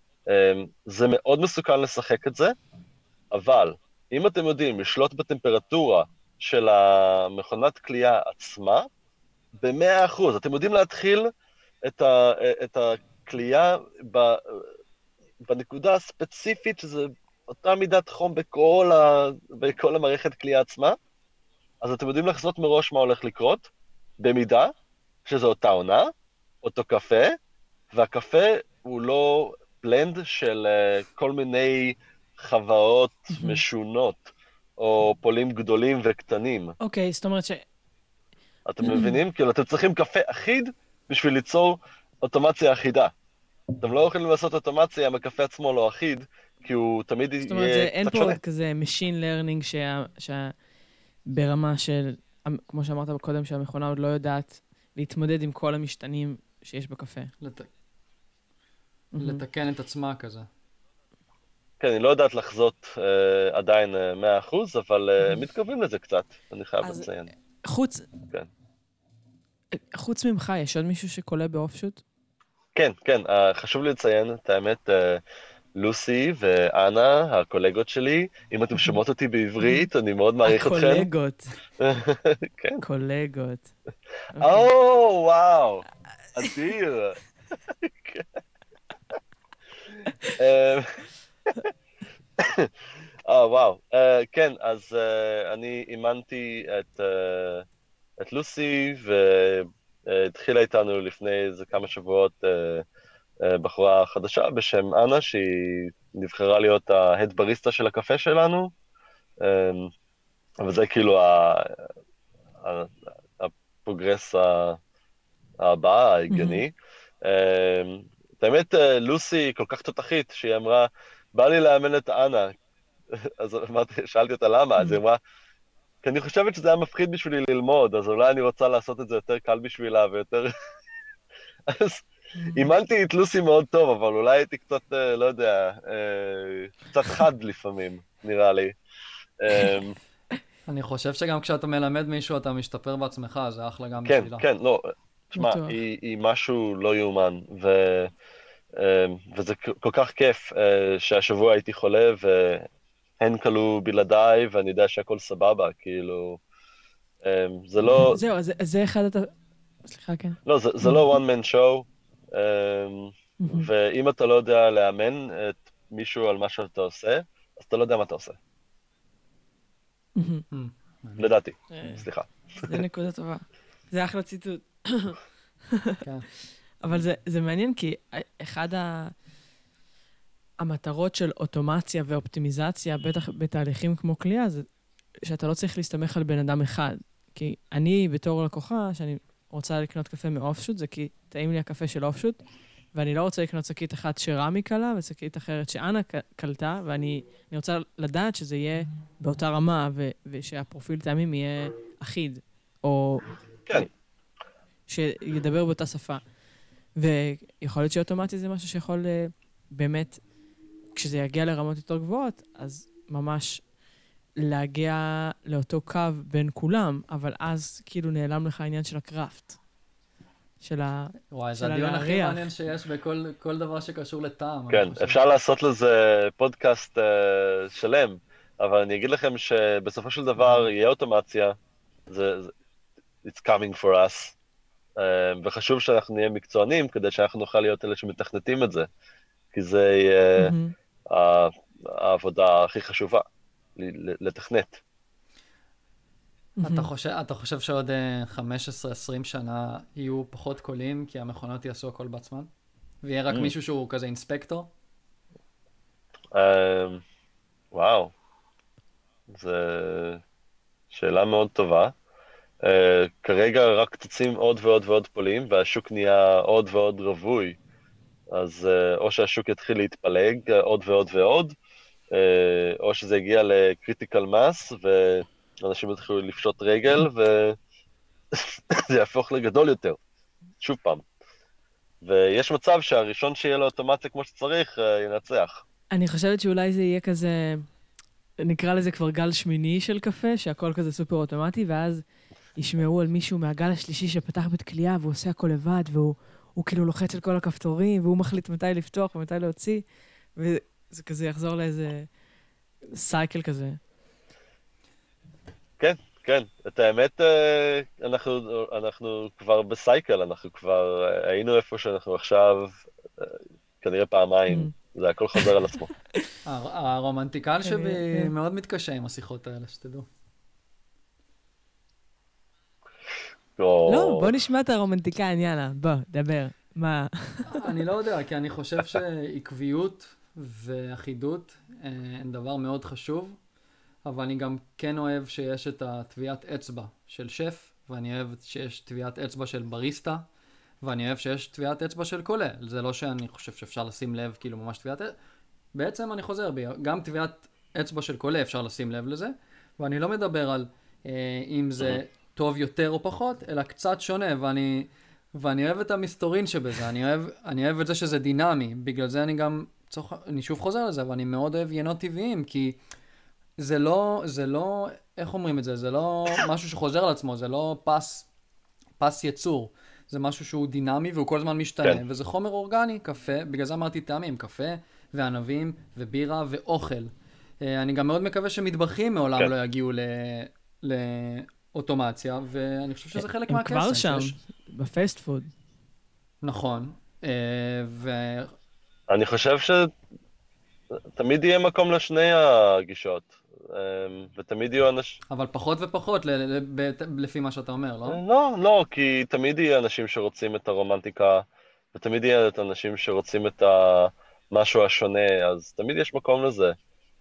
זה מאוד מסוכן לשחק את זה, אבל אם אתם יודעים לשלוט בטמפרטורה של המכונת קליעה עצמה, ב-מאה אחוז, אתם יודעים להתחיל את, ה, את הקליעה ב, בנקודה הספציפית, שזה אותה מידת חום בכל, ה, בכל המערכת קליעה עצמה, אז אתם יודעים לחזות מראש מה הולך לקרות, במידה שזו אותה עונה, אותו קפה, והקפה הוא לא... בלנד של uh, כל מיני חברות mm-hmm. משונות, או פולים גדולים וקטנים. אוקיי, okay, זאת אומרת ש... אתם מבינים? כאילו, אתם צריכים קפה אחיד בשביל ליצור אוטומציה אחידה. אתם לא יכולים לעשות אוטומציה אם הקפה עצמו לא אחיד, כי הוא תמיד יהיה קצת שונה. זאת אומרת, אין פה עוד כזה machine learning שה... שה... ברמה של, כמו שאמרת קודם, שהמכונה עוד לא יודעת להתמודד עם כל המשתנים שיש בקפה. לת... לתקן את עצמה כזה. כן, אני לא יודעת לחזות אה, עדיין אה, מאה אחוז, אבל אה, מתקרבים לזה קצת, אני חייב לציין. חוץ... כן. חוץ ממך, יש עוד מישהו שקולה באופשוט? כן, כן, אה, חשוב לי לציין את האמת, אה, לוסי ואנה, הקולגות שלי. אם אתם שומעות אותי בעברית, אני מאוד מעריך אתכם. הקולגות. כן. קולגות. או, וואו, אדיר. אה, וואו. כן, אז אני אימנתי את לוסי, והתחילה איתנו לפני איזה כמה שבועות בחורה חדשה בשם אנה, שהיא נבחרה להיות ההד בריסטה של הקפה שלנו, וזה כאילו הפרוגרס הבא, ההגיוני. האמת, לוסי כל כך תותחית, שהיא אמרה, בא לי לאמן את אנה. אז שאלתי אותה למה, אז היא אמרה, כי אני חושבת שזה היה מפחיד בשבילי ללמוד, אז אולי אני רוצה לעשות את זה יותר קל בשבילה ויותר... אז אימנתי את לוסי מאוד טוב, אבל אולי הייתי קצת, לא יודע, קצת חד לפעמים, נראה לי. אני חושב שגם כשאתה מלמד מישהו אתה משתפר בעצמך, זה אחלה גם כן, בשבילה. כן, לא, תשמע, היא, היא משהו לא יאומן, ו, וזה כל כך כיף שהשבוע הייתי חולה, והן קלו בלעדיי, ואני יודע שהכל סבבה, כאילו, זה לא... זהו, אז זה אחד אתה... סליחה, כן. לא, זה, זה לא one man show, ואם אתה לא יודע לאמן את מישהו על מה שאתה עושה, אז אתה לא יודע מה אתה עושה. לדעתי, סליחה. זה נקודה טובה. זה אחלה ציטוט. אבל זה מעניין, כי אחד המטרות של אוטומציה ואופטימיזציה, בטח בתהליכים כמו קליעה, זה שאתה לא צריך להסתמך על בן אדם אחד. כי אני, בתור לקוחה, שאני רוצה לקנות קפה מאופשוט, זה כי טעים לי הקפה של אופשוט, ואני לא רוצה לקנות שקית אחת שרמי קלה, ושקית אחרת שאנה קלטה, ואני רוצה לדעת שזה יהיה באותה רמה, ושהפרופיל טעמים יהיה אחיד, או כן. שידבר באותה שפה. ויכול להיות שאוטומטי זה משהו שיכול באמת, כשזה יגיע לרמות יותר גבוהות, אז ממש להגיע לאותו קו בין כולם, אבל אז כאילו נעלם לך העניין של הקראפט. של ה... וואי, זה הדיון הכי מעניין שיש בכל דבר שקשור לטעם. כן, אפשר לעשות לזה פודקאסט שלם, אבל אני אגיד לכם שבסופו של דבר יהיה אוטומציה, it's coming for us, וחשוב שאנחנו נהיה מקצוענים, כדי שאנחנו נוכל להיות אלה שמתכנתים את זה, כי זה יהיה העבודה הכי חשובה, לתכנת. אתה חושב, אתה חושב שעוד חמש עשרה עשרים שנה יהיו פחות קולים, כי המכונות יעשו הכל בעצמן? ויהיה רק מישהו שהוא כזה אינספקטור? וואו, זו שאלה מאוד טובה. כרגע רק תצאים עוד ועוד ועוד פולים, והשוק נהיה עוד ועוד רווי. אז או שהשוק יתחיל להתפלג עוד ועוד ועוד, או שזה יגיע לקריטיקל מס, ו... אנשים יתחילו לפשוט רגל, וזה יהפוך לגדול יותר. שוב פעם. ויש מצב שהראשון שיהיה לו אוטומציה כמו שצריך, ינצח. אני חושבת שאולי זה יהיה כזה, נקרא לזה כבר גל שמיני של קפה, שהכל כזה סופר אוטומטי, ואז ישמעו על מישהו מהגל השלישי שפתח בית קליעה, והוא עושה הכל לבד, והוא הוא כאילו לוחץ על כל הכפתורים, והוא מחליט מתי לפתוח ומתי להוציא, וזה כזה יחזור לאיזה סייקל כזה. כן, כן. את האמת, אנחנו, אנחנו כבר בסייקל, אנחנו כבר היינו איפה שאנחנו עכשיו, כנראה פעמיים, זה הכל חוזר על עצמו. הרומנטיקל שבי מאוד מתקשה עם השיחות האלה, שתדעו. לא, בוא נשמע את הרומנטיקן, יאללה, בוא, דבר. מה? אני לא יודע, כי אני חושב שעקביות ואחידות הן דבר מאוד חשוב, אבל אני גם כן אוהב שיש את הטביעת אצבע של שף, ואני אוהב שיש טביעת אצבע של בריסטה, ואני אוהב שיש טביעת אצבע של קולה. זה לא שאני חושב שאפשר לשים לב, כאילו ממש טביעת אצבע. בעצם אני חוזר בי, גם טביעת אצבע של קולה אפשר לשים לב לזה, ואני לא מדבר על אה, אם זה טוב יותר או פחות, אלא קצת שונה, ואני, ואני אוהב את המסתורין שבזה, אני אוהב, אני אוהב את זה שזה דינמי, בגלל זה אני גם, צורך, אני שוב חוזר לזה, ואני מאוד אוהב ינות טבעיים, כי זה לא, זה לא, איך אומרים את זה? זה לא משהו שחוזר על עצמו, זה לא פס, פס יצור. זה משהו שהוא דינמי והוא כל הזמן משתנה, כן. וזה חומר אורגני, קפה, בגלל זה אמרתי טעמים, קפה וענבים ובירה ואוכל. אני גם מאוד מקווה שמטבחים מעולם כן. לא יגיעו לאוטומציה, ואני חושב שזה חלק הם מהקסם. כבר שם, שיש... בפסט פוד. נכון. ו... אני חושב שתמיד יהיה מקום לשני הגישות, ותמיד יהיו אנשים... אבל פחות ופחות, ל... ל... לפי מה שאתה אומר, לא? לא, לא, כי תמיד יהיה אנשים שרוצים את הרומנטיקה, ותמיד יהיה את אנשים שרוצים את המשהו השונה, אז תמיד יש מקום לזה.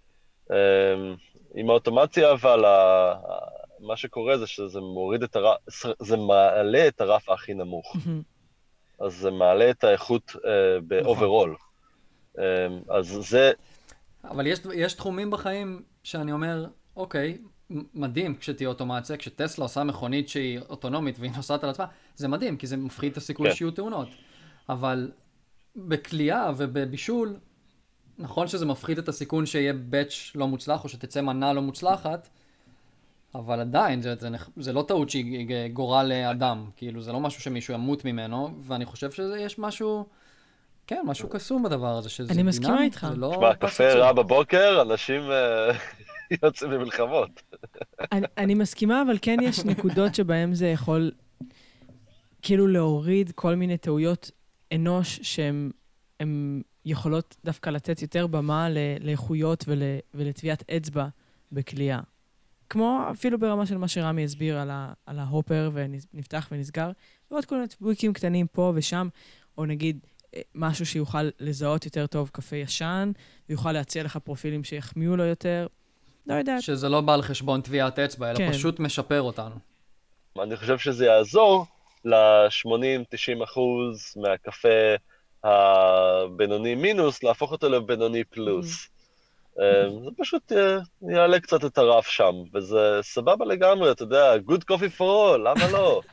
עם האוטומציה, אבל מה שקורה זה שזה מוריד את הרף, זה מעלה את הרף הכי נמוך. אז זה מעלה את האיכות באוברול. אז זה... אבל יש, יש תחומים בחיים שאני אומר, אוקיי, מדהים כשתהיה אוטומציה, כשטסלה עושה מכונית שהיא אוטונומית והיא נוסעת על עצמה, זה מדהים, כי זה מפחית את הסיכוי כן. שיהיו תאונות. אבל בקלייה ובבישול, נכון שזה מפחית את הסיכון שיהיה בץ' לא מוצלח, או שתצא מנה לא מוצלחת, אבל עדיין, זה, זה, זה לא טעות שהיא גורל לאדם, כאילו זה לא משהו שמישהו ימות ממנו, ואני חושב שיש משהו, כן, משהו קסום בדבר הזה, שזה אני מסכימה דינמי, איתך. זה לא... תשמע, קפה רע בבוקר, אנשים יוצאים במלחמות. אני, אני מסכימה, אבל כן יש נקודות שבהם זה יכול כאילו להוריד כל מיני טעויות אנוש שהן הם יכולות דווקא לתת יותר במה לאיכויות ול, ולטביעת אצבע בקלייה. כמו אפילו ברמה של מה שרמי הסביר על, ה, על ההופר ונפתח ונסגר, ועוד כל מיני טבויקים קטנים פה ושם, או נגיד משהו שיוכל לזהות יותר טוב קפה ישן, ויוכל להציע לך פרופילים שיחמיאו לו יותר. לא יודעת. שזה לא בא על חשבון טביעת אצבע, אלא כן. פשוט משפר אותנו. אני חושב שזה יעזור ל-שמונים עד תשעים אחוז מהקפה הבינוני מינוס, להפוך אותו לבינוני פלוס. זה פשוט יעלה קצת את הרף שם, וזה סבבה לגמרי, אתה יודע, good coffee for all, למה לא?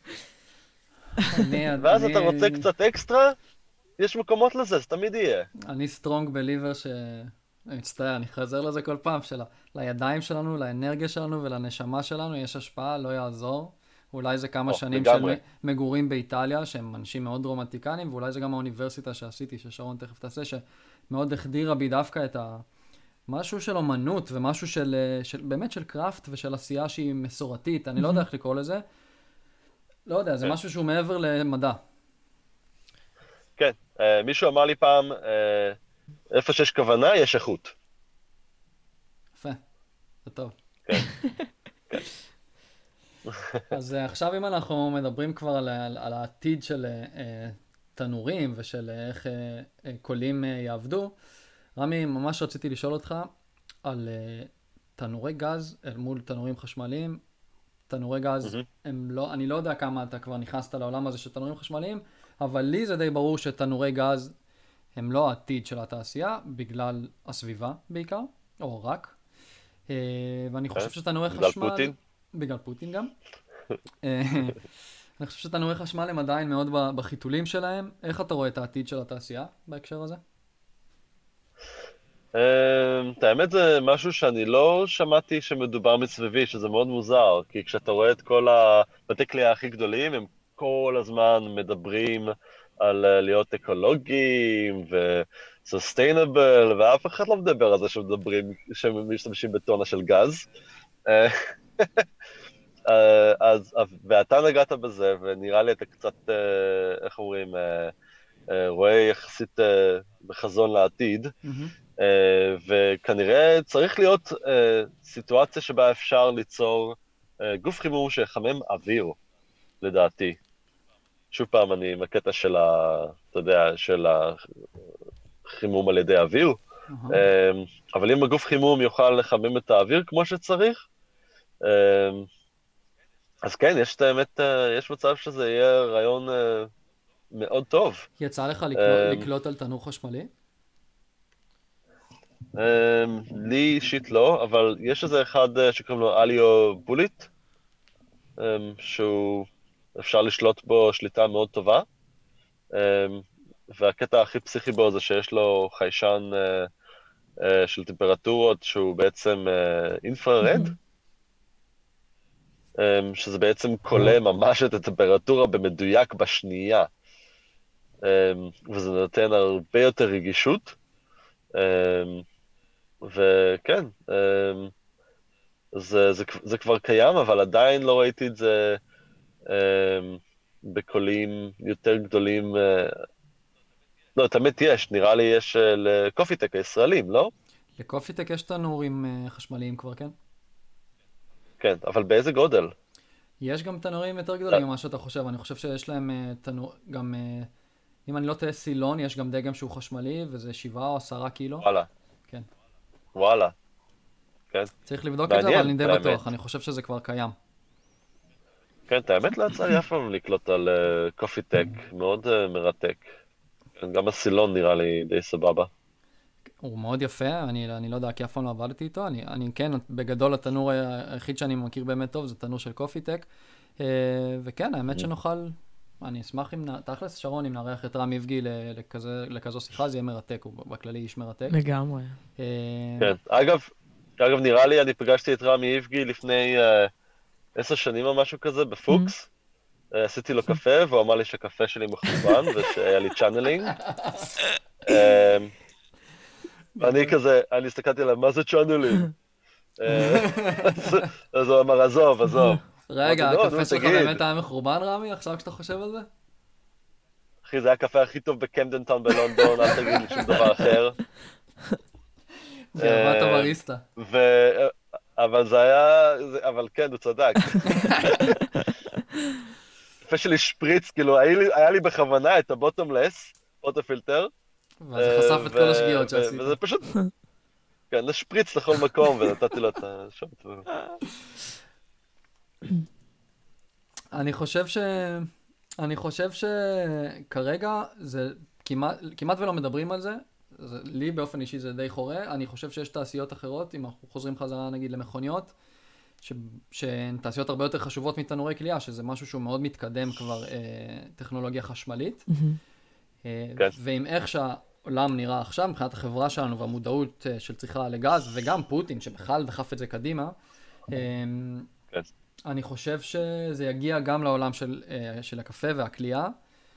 ואז אתה רוצה קצת אקסטרה, יש מקומות לזה, זה תמיד יהיה. אני סטרונג בליבר ש... אני מצטער, אני חוזר לזה כל פעם, לידיים שלנו, לאנרגיה שלנו ולנשמה שלנו יש השפעה, לא יעזור. אולי זה כמה שנים של מגורים באיטליה, שהם אנשים מאוד רומנטיקנים, ואולי זה גם האוניברסיטה שעשיתי, ששרון תכף תעשה, שמאוד החדירה בי דווקא את ה... משהו של אומנות ומשהו של, של, באמת של קראפט ושל עשייה שהיא מסורתית, אני לא יודע איך לקרוא לזה. לא יודע, זה משהו שהוא מעבר למדע. כן, מישהו אמר לי פעם, איפה שיש כוונה, יש איכות. יפה, זה טוב. כן. אז עכשיו אם אנחנו מדברים כבר על, על, על העתיד של תנורים ושל איך קולים יעבדו, רמי, ממש רציתי לשאול אותך על uh, תנורי גז אל מול תנורים חשמליים. תנורי גז, mm-hmm. הם לא, אני לא יודע כמה אתה כבר נכנסת לעולם הזה של תנורים חשמליים, אבל לי זה די ברור שתנורי גז הם לא העתיד של התעשייה, בגלל הסביבה בעיקר, או רק. Uh, ואני חושב שתנורי חשמל... בגלל פוטין? בגלל פוטין גם. אני חושב שתנורי חשמל הם עדיין מאוד בחיתולים שלהם. איך אתה רואה את העתיד של התעשייה בהקשר הזה? את האמת זה משהו שאני לא שמעתי שמדובר מסביבי, שזה מאוד מוזר, כי כשאתה רואה את כל הבתי קליעה הכי גדולים, הם כל הזמן מדברים על להיות אקולוגיים ו-sustainable, ואף אחד לא מדבר על זה שמדברים, שמשתמשים בטונה של גז. אז, ואתה נגעת בזה, ונראה לי אתה קצת, איך אומרים, רואה יחסית בחזון לעתיד, Uh, וכנראה צריך להיות uh, סיטואציה שבה אפשר ליצור uh, גוף חימום שיחמם אוויר, לדעתי. שוב פעם, אני עם הקטע של ה... אתה יודע, של החימום על ידי אוויר, uh-huh. uh, אבל אם הגוף חימום יוכל לחמם את האוויר כמו שצריך, uh, אז כן, יש באמת, uh, יש מצב שזה יהיה רעיון uh, מאוד טוב. יצא לך לקלוט, לקלוט על תנור חשמלי? Um, לי אישית לא, אבל יש איזה אחד uh, שקוראים לו אליו בוליט, um, שהוא אפשר לשלוט בו שליטה מאוד טובה, um, והקטע הכי פסיכי בו זה שיש לו חיישן uh, uh, של טמפרטורות שהוא בעצם uh, אינפרארד, um, שזה בעצם קולה ממש את הטמפרטורה במדויק בשנייה, um, וזה נותן הרבה יותר רגישות, וכן, זה, זה, זה כבר קיים, אבל עדיין לא ראיתי את זה בקולים יותר גדולים. לא, תמיד יש, נראה לי יש לקופיטק הישראלים, לא? לקופיטק יש תנורים חשמליים כבר, כן? כן, אבל באיזה גודל? יש גם תנורים יותר גדולים ממה שאתה חושב, אני חושב שיש להם תנור, גם, אם אני לא טועה סילון, יש גם דגם שהוא חשמלי, וזה שבעה או עשרה קילו. וואלה. כן. וואלה. כן. צריך לבדוק את זה, אבל אני די בטוח, אני חושב שזה כבר קיים. כן, את האמת לא יצא לי אף פעם לקלוט על קופיטק, מאוד מרתק. גם הסילון נראה לי די סבבה. הוא מאוד יפה, אני, אני לא יודע, כי אף פעם לא עבדתי איתו, אני, אני כן, בגדול התנור היחיד שאני מכיר באמת טוב, זה תנור של קופיטק, וכן, האמת שנוכל, אני אשמח אם, תכלס שרון, אם נארח את רם יבגי לכזה, לכזו שיחה, זה יהיה מרתק, הוא בכללי איש מרתק. לגמרי. כן, אגב, אגב, נראה לי, אני פגשתי את רם יבגי לפני עשר שנים או משהו כזה, בפוקס, עשיתי לו קפה, והוא אמר לי שהקפה שלי מחורבן, ושהיה לי צ'אנלינג. אני כזה, אני הסתכלתי עליו, מה זה צ'אנלינג? אז הוא אמר, עזוב, עזוב. רגע, הקפה שלך באמת היה מחורבן, רמי, עכשיו כשאתה חושב על זה? אחי, זה היה הקפה הכי טוב בקמדנטאון בלונדון, אל תגיד לי שום דבר אחר. גאוות הבריסטה. אבל זה היה, אבל כן, הוא צדק. הקפה שלי שפריץ, כאילו, היה לי בכוונה את הבוטומלס, אוטו-פילטר, וזה חשף את כל השגיאות שעשית. וזה פשוט, כן, לשפריץ לכל מקום, ונתתי לו את השעות. אני חושב ש... אני חושב שכרגע זה כמעט, כמעט ולא מדברים על זה. זה, לי באופן אישי זה די חורה. אני חושב שיש תעשיות אחרות, אם אנחנו חוזרים חזרה נגיד למכוניות, ש... שהן תעשיות הרבה יותר חשובות מתנורי קליעה, שזה משהו שהוא מאוד מתקדם כבר, אה, טכנולוגיה חשמלית. אה, כן. ועם איך שהעולם נראה עכשיו, מבחינת החברה שלנו והמודעות אה, של צריכה לגז, וגם פוטין שבכלל דחף את זה קדימה, אה, כן. אני חושב שזה יגיע גם לעולם של, של הקפה והקליעה,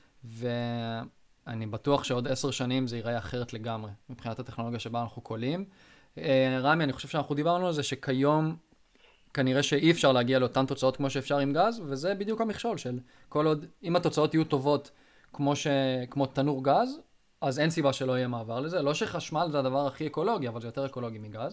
ואני בטוח שעוד עשר שנים זה ייראה אחרת לגמרי, מבחינת הטכנולוגיה שבה אנחנו קולים. רמי, אני חושב שאנחנו דיברנו על זה שכיום כנראה שאי אפשר להגיע לאותן תוצאות כמו שאפשר עם גז, וזה בדיוק המכשול של כל עוד, אם התוצאות יהיו טובות כמו, ש, כמו תנור גז, אז אין סיבה שלא יהיה מעבר לזה. לא שחשמל זה הדבר הכי אקולוגי, אבל זה יותר אקולוגי מגז.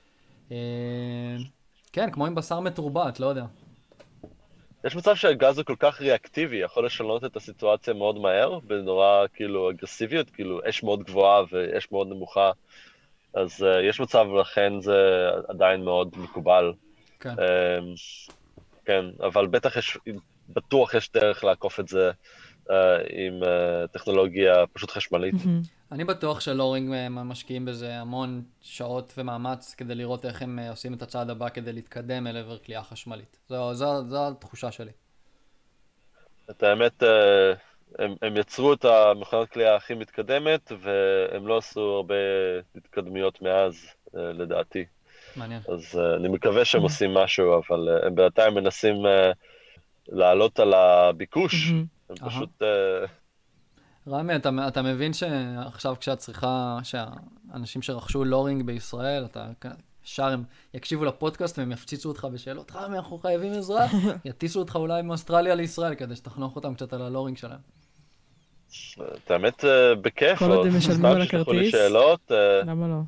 כן, כמו עם בשר מתורבת, לא יודע. יש מצב שהגז הוא כל כך ריאקטיבי, יכול לשנות את הסיטואציה מאוד מהר, בנורא כאילו אגרסיביות, כאילו אש מאוד גבוהה ואש מאוד נמוכה, אז uh, יש מצב, לכן זה עדיין מאוד מקובל. כן. Um, כן, אבל בטח יש, בטוח יש דרך לעקוף את זה uh, עם uh, טכנולוגיה פשוט חשמלית. אני בטוח שלורינג משקיעים בזה המון שעות ומאמץ כדי לראות איך הם עושים את הצעד הבא כדי להתקדם אל עבר קליעה חשמלית. זו, זו, זו התחושה שלי. את האמת, הם, הם יצרו את המכונת קליעה הכי מתקדמת, והם לא עשו הרבה התקדמיות מאז, לדעתי. מעניין. אז אני מקווה שהם עושים משהו, אבל הם בינתיים מנסים לעלות על הביקוש. הם פשוט... רמי, אתה, אתה מבין שעכשיו כשאת צריכה, שהאנשים שרכשו לורינג בישראל, אתה ישר הם יקשיבו לפודקאסט והם יפציצו אותך בשאלות, רמי, אנחנו חייבים עזרה, יטיסו אותך אולי מאוסטרליה לישראל כדי שתחנוך אותם קצת על הלורינג שלהם. את האמת, בכיף, כל עוד הם משלמים על הכרטיס, למה לא?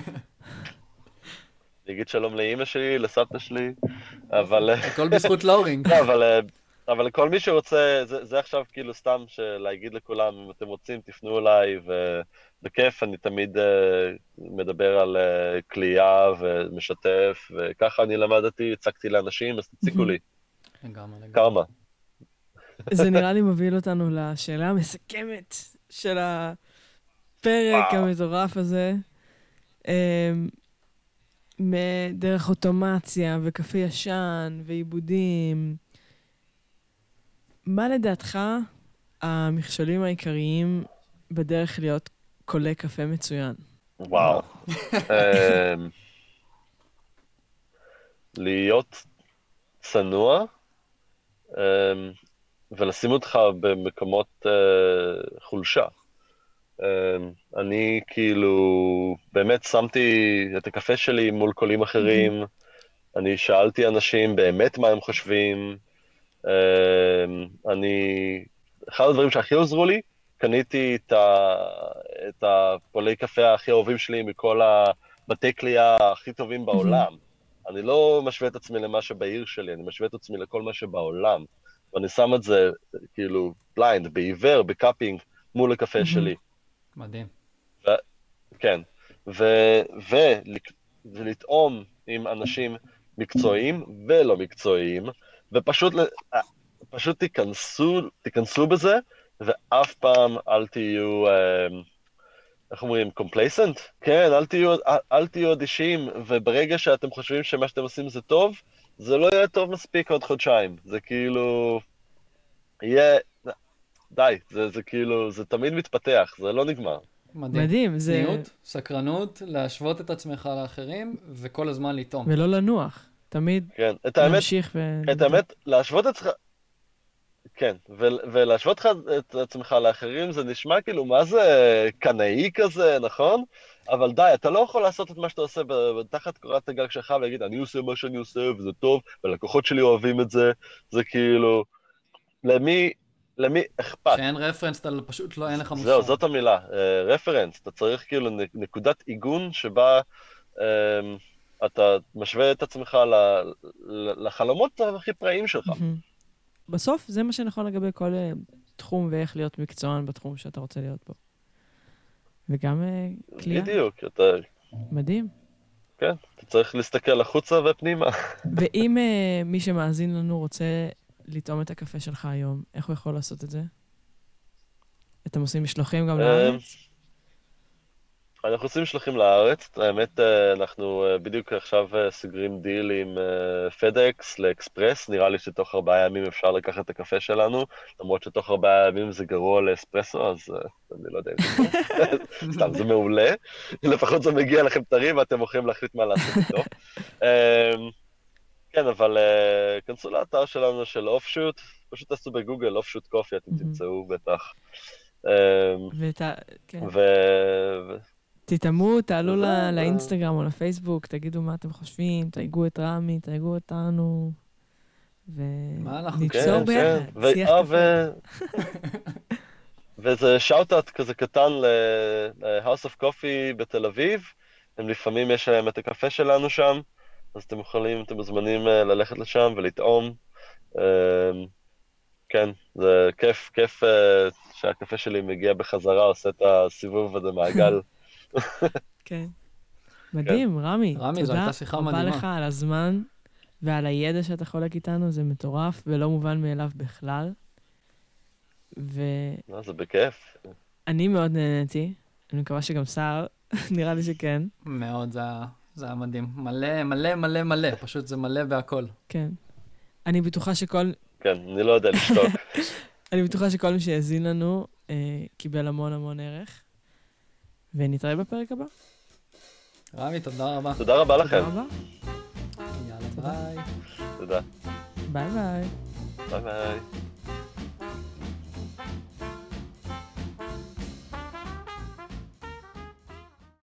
אני אגיד שלום לאמא שלי, לסבתא שלי, אבל... הכל בזכות לורינג. אבל... אבל לכל מי שרוצה, זה, זה עכשיו כאילו סתם להגיד לכולם, אם אתם רוצים, תפנו אליי, ובכיף אני תמיד uh, מדבר על uh, קליעה ומשתף, וככה אני למדתי, הצגתי לאנשים, אז תציקו לי. לגמרי, לגמרי. קרמה. זה נראה לי מוביל אותנו לשאלה המסכמת של הפרק המטורף הזה. מדרך אוטומציה וקפה ישן ועיבודים. מה לדעתך המכשולים העיקריים בדרך להיות קולה קפה מצוין? וואו. להיות צנוע ולשים אותך במקומות חולשה. אני כאילו באמת שמתי את הקפה שלי מול קולים אחרים, אני שאלתי אנשים באמת מה הם חושבים, אני, אחד הדברים שהכי עוזרו לי, קניתי את, ה, את הפולי קפה הכי אהובים שלי מכל הבתי קלייה הכי טובים בעולם. אני לא משווה את עצמי למה שבעיר שלי, אני משווה את עצמי לכל מה שבעולם. ואני שם את זה כאילו בליינד, בעיוור, בקאפינג, מול הקפה שלי. מדהים. ו, כן, ו, ו, ולטעום עם אנשים מקצועיים ולא מקצועיים, ופשוט פשוט תיכנסו, תיכנסו בזה, ואף פעם אל תהיו, איך אומרים, complacent? כן, אל תהיו, אל, אל תהיו אדישים, וברגע שאתם חושבים שמה שאתם עושים זה טוב, זה לא יהיה טוב מספיק עוד חודשיים. זה כאילו, יהיה, די, זה, זה כאילו, זה תמיד מתפתח, זה לא נגמר. מדהים. מדהים, זה... צניעות, סקרנות, להשוות את עצמך לאחרים, וכל הזמן לטעום. ולא לנוח. תמיד כן, את האמת, להמשיך ו... את האמת, להשוות את עצמך, כן, ולהשוות את עצמך לאחרים זה נשמע כאילו מה זה קנאי כזה, נכון? אבל די, אתה לא יכול לעשות את מה שאתה עושה בתחת קורת הגג שלך ולהגיד, אני עושה מה שאני עושה וזה טוב, ולקוחות שלי אוהבים את זה, זה כאילו, למי, למי אכפת? שאין רפרנס, אתה פשוט לא, אין לך מושג. זהו, זאת המילה, רפרנס, אתה צריך כאילו נקודת עיגון שבה אתה משווה את עצמך לחלומות הכי פראיים שלך. בסוף זה מה שנכון לגבי כל תחום ואיך להיות מקצוען בתחום שאתה רוצה להיות בו. וגם קליעה. בדיוק, אתה... מדהים. כן, אתה צריך להסתכל החוצה ופנימה. ואם מי שמאזין לנו רוצה לטעום את הקפה שלך היום, איך הוא יכול לעשות את זה? אתם עושים משלוחים גם לארץ? אנחנו עושים משלוחים לארץ, האמת אנחנו בדיוק עכשיו סוגרים דיל עם פדקס לאקספרס, נראה לי שתוך ארבעה ימים אפשר לקחת את הקפה שלנו, למרות שתוך ארבעה ימים זה גרוע לאספרסו, אז אני לא יודע אם זה סתם, זה מעולה, לפחות זה מגיע לכם טרי ואתם יכולים להחליט מה לעשות איתו. כן, אבל כנסו לאתר שלנו של אופשוט, פשוט תעשו בגוגל אופשוט קופי, אתם תמצאו בטח. ואתה, כן. ו... תתאמו, תעלו לאינסטגרם או לפייסבוק, תגידו מה אתם חושבים, תייגו את רמי, תייגו אותנו, וניצור ביחד, שיח קפה. וזה שאוט-אוט כזה קטן ל-House of Coffee בתל אביב, הם לפעמים יש להם את הקפה שלנו שם, אז אתם יכולים, אתם מוזמנים ללכת לשם ולטעום. כן, זה כיף, כיף שהקפה שלי מגיע בחזרה, עושה את הסיבוב הזה מעגל. כן. מדהים, רמי. רמי, זו הייתה שיחה מדהימה. תודה רבה לך על הזמן ועל הידע שאתה חולק איתנו, זה מטורף ולא מובן מאליו בכלל. ו... לא, זה בכיף. אני מאוד נהניתי, אני מקווה שגם שר, נראה לי שכן. מאוד, זה היה מדהים. מלא, מלא, מלא, מלא, פשוט זה מלא והכל. כן. אני בטוחה שכל... כן, אני לא יודע לשתוק. אני בטוחה שכל מי שהאזין לנו קיבל המון המון ערך. ונתראה בפרק הבא. רמי, תודה רבה. תודה רבה לכם. תודה רבה. יאללה, ביי. תודה. ביי ביי. ביי ביי.